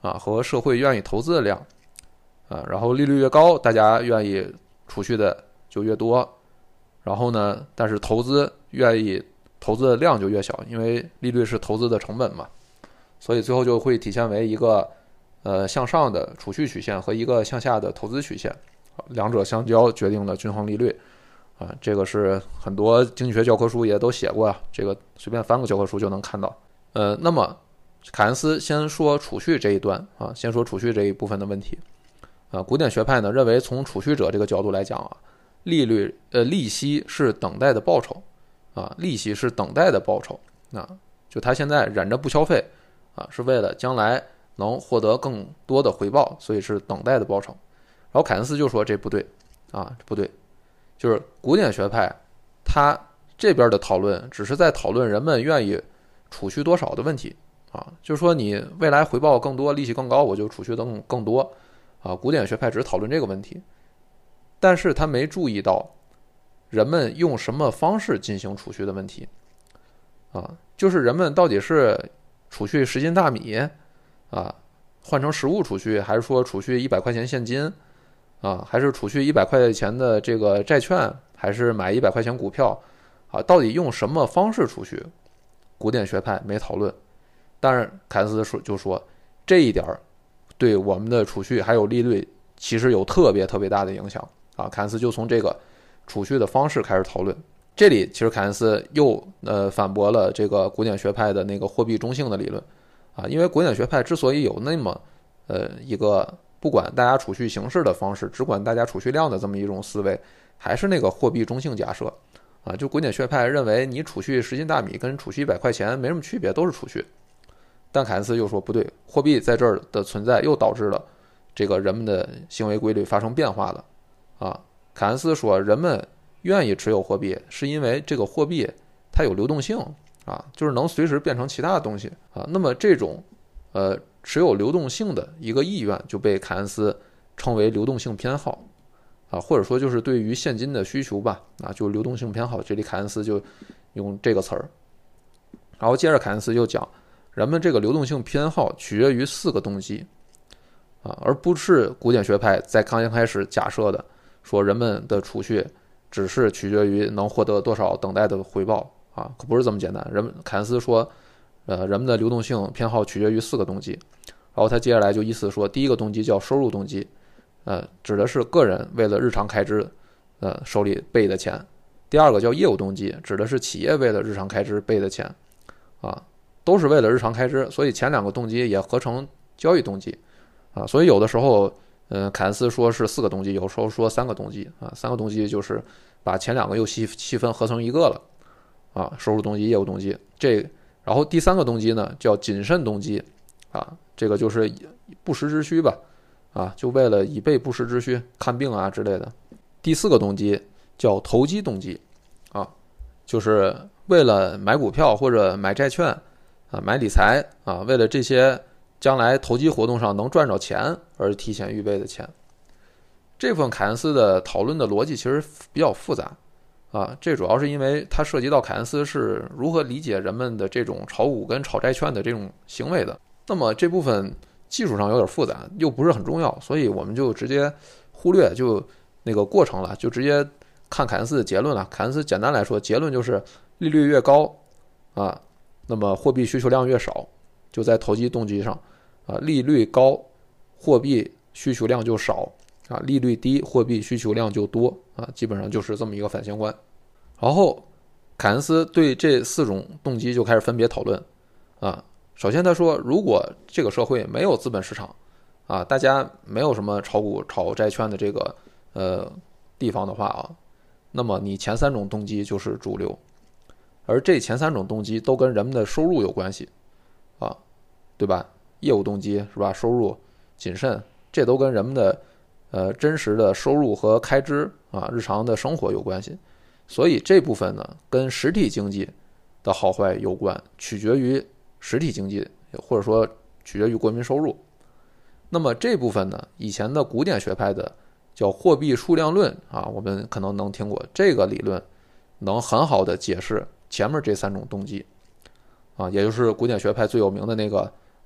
Speaker 1: 和社会愿意投资的量然后利率越高，大家愿意储蓄的就越多，然后呢，但是愿意投资的量就越小，因为利率是投资的成本嘛，所以最后就会体现为一个向上的储蓄曲线和一个向下的投资曲线，两者相交决定了均衡利率这个是很多经济学教科书也都写过这个随便翻个教科书就能看到。那么凯恩斯先说储蓄这一端先说储蓄这一部分的问题古典学派呢认为从储蓄者这个角度来讲利息是等待的报酬利息是等待的报酬就他现在忍着不消费是为了将来能获得更多的回报，所以是等待的报酬。然后凯恩斯就说这不对不对，就是古典学派他这边的讨论只是在讨论人们愿意储蓄多少的问题就是说你未来回报更多，利息更高，我就储蓄的更多古典学派只是讨论这个问题，但是他没注意到人们用什么方式进行储蓄的问题就是人们到底是储蓄10斤大米换成实物储蓄，还是说储蓄100块钱现金还是储蓄100块钱的这个债券，还是买100块钱股票到底用什么方式储蓄，古典学派没讨论。当然凯恩斯就说这一点对我们的储蓄还有利率其实有特别大的影响凯恩斯就从这个储蓄的方式开始讨论。这里其实凯恩斯又反驳了这个古典学派的那个货币中性的理论因为古典学派之所以有那么一个不管大家储蓄形式的方式，只管大家储蓄量的这么一种思维，还是那个货币中性假设就古典学派认为你储蓄10斤大米跟储蓄100块钱没什么区别，都是储蓄。但凯恩斯又说不对，货币在这儿的存在又导致了这个人们的行为规律发生变化了凯恩斯说人们愿意持有货币是因为这个货币它有流动性就是能随时变成其他的东西那么这种持有流动性的一个意愿就被凯恩斯称为流动性偏好或者说就是对于现金的需求吧就流动性偏好，这里凯恩斯就用这个词儿。然后接着凯恩斯就讲人们这个流动性偏好取决于4个动机而不是古典学派在刚开始假设的说人们的储蓄只是取决于能获得多少等待的回报可不是这么简单。凯恩斯说人们的流动性偏好取决于4个动机，然后他接下来就依次说第一个动机叫收入动机指的是个人为了日常开支手里备的钱。第二个叫业务动机，指的是企业为了日常开支备的钱都是为了日常开支，所以前2个动机也合成交易动机所以有的时候凯恩斯说是4个动机，有时候说3个动机3个动机就是把前2个又细分合成一个了收入动机、业务动机然后第3个动机呢叫谨慎动机这个就是不时之需吧就为了以备不时之需，看病之类的。第4个动机叫投机动机就是为了买股票或者买债券买理财为了这些将来投机活动上能赚着钱而提前预备的钱。这部分凯恩斯的讨论的逻辑其实比较复杂这主要是因为它涉及到凯恩斯是如何理解人们的这种炒股跟炒债券的这种行为的。那么这部分技术上有点复杂，又不是很重要，所以我们就直接忽略就那个过程了，就直接看凯恩斯的结论了。凯恩斯简单来说，结论就是利率越高那么货币需求量越少，就在投机动机上利率高，货币需求量就少利率低，货币需求量就多基本上就是这么一个反相关。然后凯恩斯对这4种动机就开始分别讨论首先他说，如果这个社会没有资本市场大家没有什么炒股炒债券的这个地方的话那么你前3种动机就是主流，而这前3种动机都跟人们的收入有关系对吧？业务动机是吧？收入、谨慎，这都跟人们的真实的收入和开支日常的生活有关系。所以这部分呢跟实体经济的好坏有关，取决于实体经济，或者说取决于国民收入。那么这部分呢，以前的古典学派的叫货币数量论我们可能能听过，这个理论能很好的解释前面这3种动机也就是古典学派最有名的那个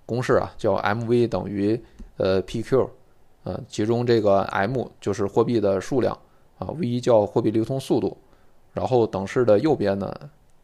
Speaker 1: 公式啊，叫 MV 等于PQ，其中这个 M 就是货币的数量啊 ，V 叫货币流通速度，然后等式的右边呢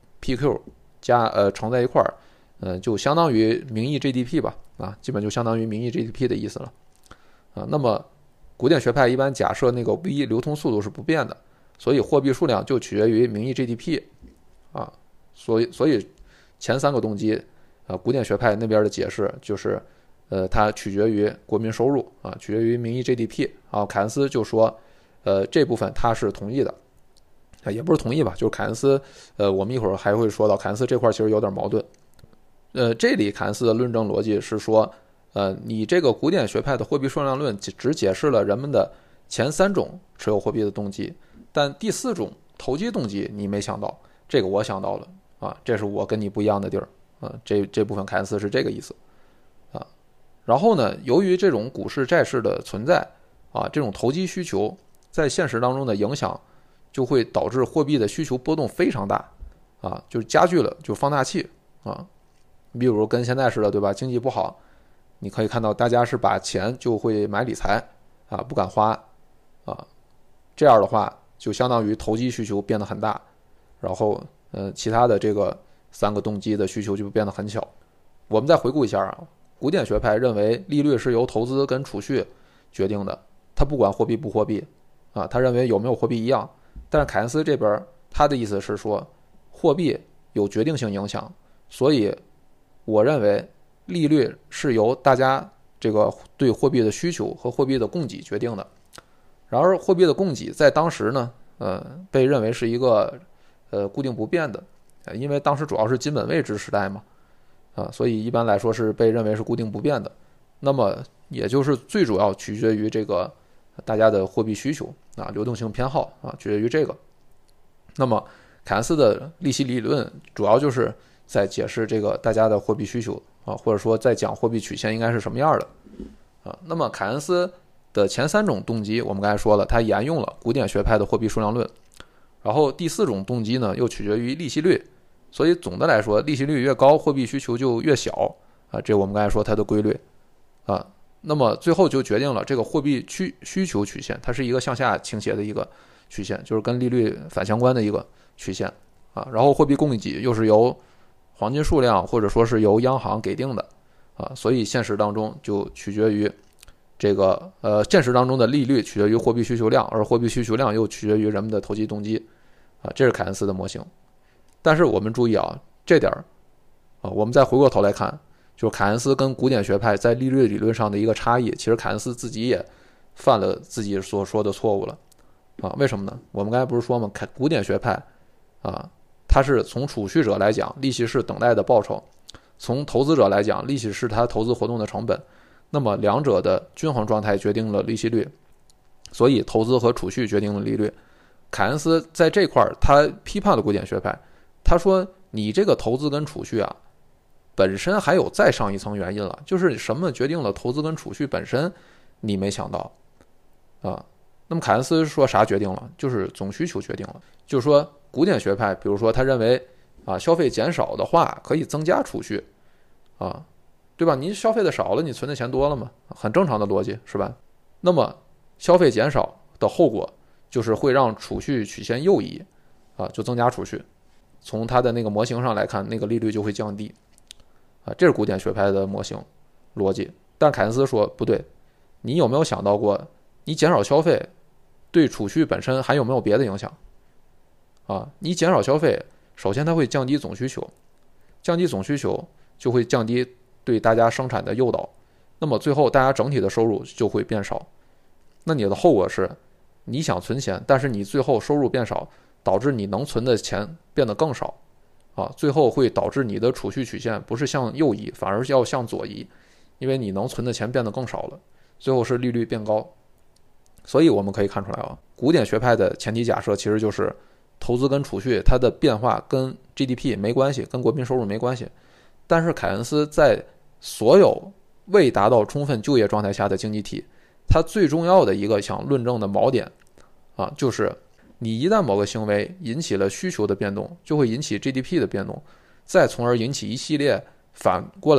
Speaker 1: PQ 加乘在一块儿，就相当于名义 GDP 吧，啊，基本就相当于名义 GDP 的意思了，啊，那么古典学派一般假设那个 V 流通速度是不变的，所以货币数量就取决于名义 GDP，啊，所以前3个动机，古典学派那边的解释就是，它取决于国民收入啊，取决于名义 GDP 啊。凯恩斯就说，这部分他是同意的，也不是同意吧，就是凯恩斯，我们一会儿还会说到凯恩斯这块其实有点矛盾，这里凯恩斯的论证逻辑是说，你这个古典学派的货币数量论只解释了人们的前3种持有货币的动机，但第4种投机动机你没想到，这个我想到了啊，这是我跟你不一样的地儿啊，这部分凯恩斯是这个意思啊。然后呢，由于这种股市债市的存在啊，这种投机需求在现实当中的影响，就会导致货币的需求波动非常大啊，就是加剧了，就放大器啊。比如跟现在似的，对吧？经济不好，你可以看到大家是把钱就会买理财啊，不敢花啊，这样的话就相当于投机需求变得很大，然后其他的这个3个动机的需求就变得很小。我们再回顾一下啊，古典学派认为利率是由投资跟储蓄决定的，他不管货币不货币啊，他认为有没有货币一样。但是凯恩斯这边他的意思是说，货币有决定性影响，所以我认为利率是由大家这个对货币的需求和货币的供给决定的。然而货币的供给在当时呢，被认为是一个固定不变的，因为当时主要是金本位制时代嘛，所以一般来说是被认为是固定不变的。那么也就是最主要取决于这个大家的货币需求啊，流动性偏好啊，取决于这个。那么凯恩斯的利息理论主要就是在解释这个大家的货币需求啊，或者说在讲货币曲线应该是什么样的啊。那么凯恩斯的前3种动机我们刚才说了，他沿用了古典学派的货币数量论，然后第4种动机呢又取决于利息率，所以总的来说利息率越高货币需求就越小啊，这我们刚才说它的规律啊。那么最后就决定了这个货币需求曲线，它是一个向下倾斜的一个曲线，就是跟利率反相关的一个曲线啊。然后货币供给又是由黄金数量或者说是由央行给定的啊，所以现实当中就取决于这个现实当中的利率取决于货币需求量，而货币需求量又取决于人们的投机动机啊，这是凯恩斯的模型。但是我们注意啊，这点啊，我们再回过头来看，就是凯恩斯跟古典学派在利率理论上的一个差异，其实凯恩斯自己也犯了自己所说的错误了啊。为什么呢？我们刚才不是说吗？古典学派啊，它是从储蓄者来讲，利息是等待的报酬；从投资者来讲，利息是他投资活动的成本。那么两者的均衡状态决定了利息率，所以投资和储蓄决定了利率。凯恩斯在这块他批判了古典学派，他说你这个投资跟储蓄啊，本身还有再上一层原因了，就是什么决定了投资跟储蓄本身你没想到啊。那么凯恩斯说啥决定了？就是总需求决定了。就是说古典学派，比如说他认为啊，消费减少的话可以增加储蓄啊，对吧？你消费的少了，你存的钱多了嘛，很正常的逻辑是吧？那么消费减少的后果就是会让储蓄曲线右移啊，就增加储蓄。从它的那个模型上来看，那个利率就会降低啊，这是古典学派的模型逻辑。但凯恩斯说不对，你有没有想到过，你减少消费对储蓄本身还有没有别的影响啊？你减少消费，首先它会降低总需求，降低总需求就会降低对大家生产的诱导，那么最后大家整体的收入就会变少。那你的后果是，你想存钱，但是你最后收入变少，导致你能存的钱变得更少啊，最后会导致你的储蓄曲线不是向右移，反而是要向左移，因为你能存的钱变得更少了，最后是利率变高。所以我们可以看出来啊，古典学派的前提假设其实就是投资跟储蓄它的变化跟 GDP 没关系，跟国民收入没关系。但是凯恩斯在所有未达到充分就业状态下的经济体，它最重要的一个想论证的锚点啊，就是你一旦某个行为引起了需求的变动，就会引起 GDP 的变动，再从而引起一系列反过来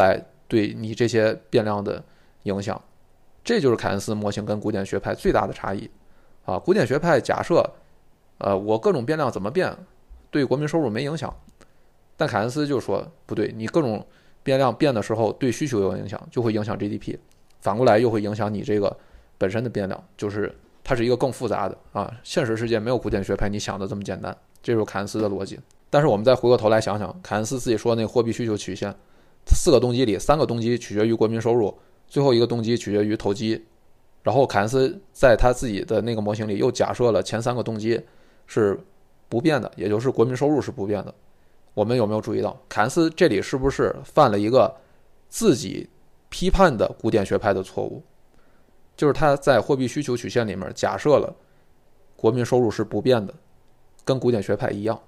Speaker 1: 对你这些变量的影响。这就是凯恩斯模型跟古典学派最大的差异啊。古典学派假设我各种变量怎么变对国民收入没影响，但凯恩斯就说不对，你各种变量变的时候对需求有影响，就会影响 GDP， 反过来又会影响你这个本身的变量，就是它是一个更复杂的啊。现实世界没有古典学派你想的这么简单，这就是凯恩斯的逻辑。但是我们再回过头来想想，凯恩斯自己说那个货币需求曲线，4个动机里3个动机取决于国民收入，最后一个动机取决于投机。然后凯恩斯在他自己的那个模型里又假设了前3个动机是不变的，也就是国民收入是不变的。我们有没有注意到凯恩斯这里是不是犯了一个自己批判的古典学派的错误？就是他在货币需求曲线里面假设了国民收入是不变的，跟古典学派一样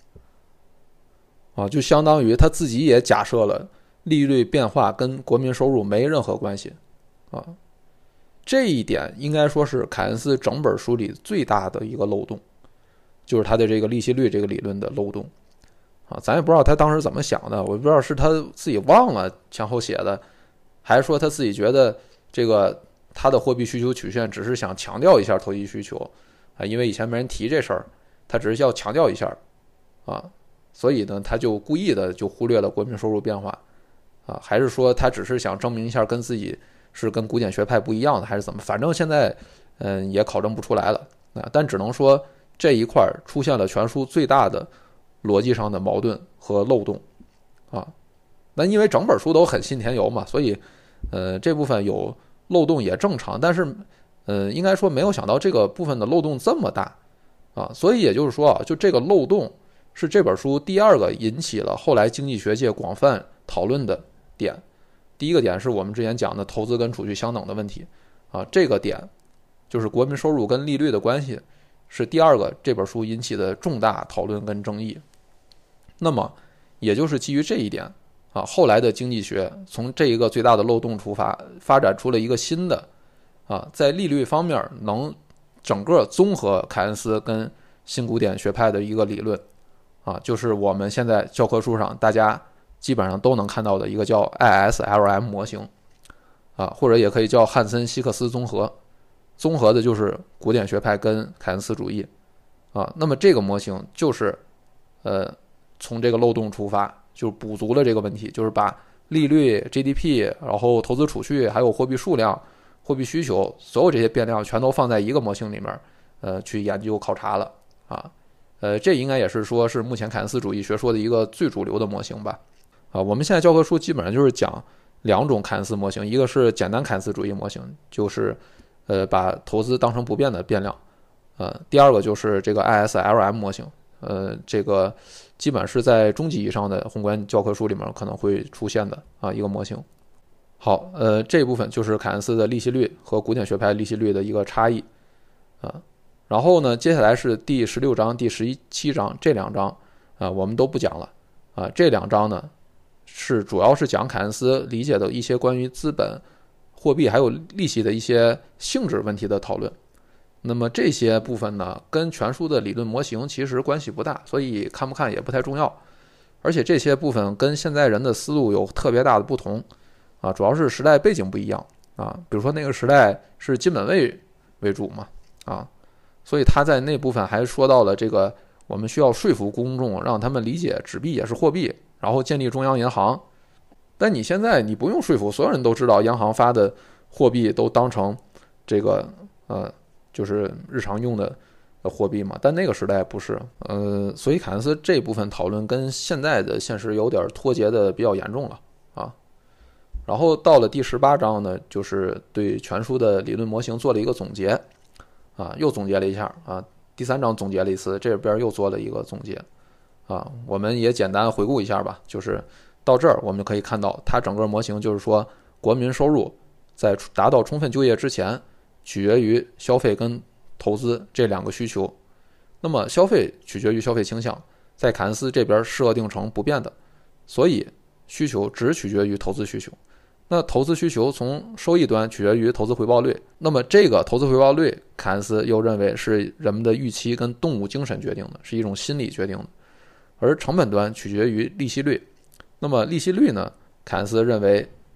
Speaker 1: 啊，就相当于他自己也假设了利率变化跟国民收入没任何关系啊。这一点应该说是凯恩斯整本书里最大的一个漏洞，就是他的这个利息率这个理论的漏洞啊。咱也不知道他当时怎么想的，我不知道是他自己忘了前后写的，还是说他自己觉得这个他的货币需求曲线只是想强调一下投机需求啊，因为以前没人提这事儿，他只是要强调一下啊，所以呢他就故意的就忽略了国民收入变化啊，还是说他只是想证明一下跟自己是跟古典学派不一样的，还是怎么？反正现在也考证不出来了啊。但只能说这一块出现了全书最大的逻辑上的矛盾和漏洞啊。那因为整本书都很信田由嘛，所以这部分有漏洞也正常。但是应该说没有想到这个部分的漏洞这么大啊。所以也就是说啊，就这个漏洞是这本书第2个引起了后来经济学界广泛讨论的点。第一个点是我们之前讲的投资跟储蓄相等的问题啊，这个点就是国民收入跟利率的关系，是第2个这本书引起的重大讨论跟争议。那么也就是基于这一点啊，后来的经济学从这一个最大的漏洞出发，发展出了一个新的啊，在利率方面能整个综合凯恩斯跟新古典学派的一个理论啊，就是我们现在教科书上大家基本上都能看到的一个叫 ISLM 模型啊，或者也可以叫汉森希克斯综合，综合的就是古典学派跟凯恩斯主义啊。那么这个模型就是从这个漏洞出发，就补足了这个问题，就是把利率、GDP， 然后投资储蓄，还有货币数量、货币需求，所有这些变量全都放在一个模型里面去研究考察了啊。这应该也是说是目前凯恩斯主义学说的一个最主流的模型吧。啊，我们现在教科书基本上就是讲2种凯恩斯模型，一个是简单凯恩斯主义模型，就是把投资当成不变的变量，第2个就是这个 ISLM 模型，这个基本是在中级以上的宏观教科书里面可能会出现的啊一个模型。好，这一部分就是凯恩斯的利息率和古典学派利息率的一个差异啊。然后呢，接下来是第16章、第17章这2章啊，我们都不讲了啊。这2章呢主要是讲凯恩斯理解的一些关于资本、货币还有利息的一些性质问题的讨论。那么这些部分呢，跟全书的理论模型其实关系不大，所以看不看也不太重要。而且这些部分跟现在人的思路有特别大的不同啊，主要是时代背景不一样啊。比如说那个时代是金本位为主嘛啊，所以他在那部分还说到了这个我们需要说服公众，让他们理解纸币也是货币，然后建立中央银行。但你现在你不用说服，所有人都知道央行发的货币都当成这个就是日常用的货币嘛，但那个时代不是，所以凯恩斯这部分讨论跟现在的现实有点脱节的比较严重了啊。然后到了第18章呢，就是对全书的理论模型做了一个总结啊，又总结了一下啊。第3章总结了一次，这边又做了一个总结啊。我们也简单回顾一下吧，就是到这儿我们就可以看到，它整个模型就是说，国民收入在达到充分就业之前，取决于消费跟投资这2个需求。那么消费取决于消费倾向，在凯恩斯这边设定成不变的，所以需求只取决于投资需求。那投资需求从收益端取决于投资回报率，那么这个投资回报率，凯恩斯又认为是人们的预期跟动物精神决定的，是一种心理决定的。而成本端取决于利息率，那么利息率呢，凯恩斯认为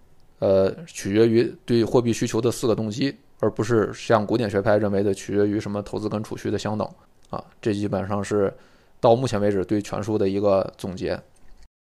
Speaker 1: 取决于对货币需求的4个动机，而不是像古典学派认为的取决于什么投资跟储蓄的相等啊。这基本上是到目前为止对全书的一个总结。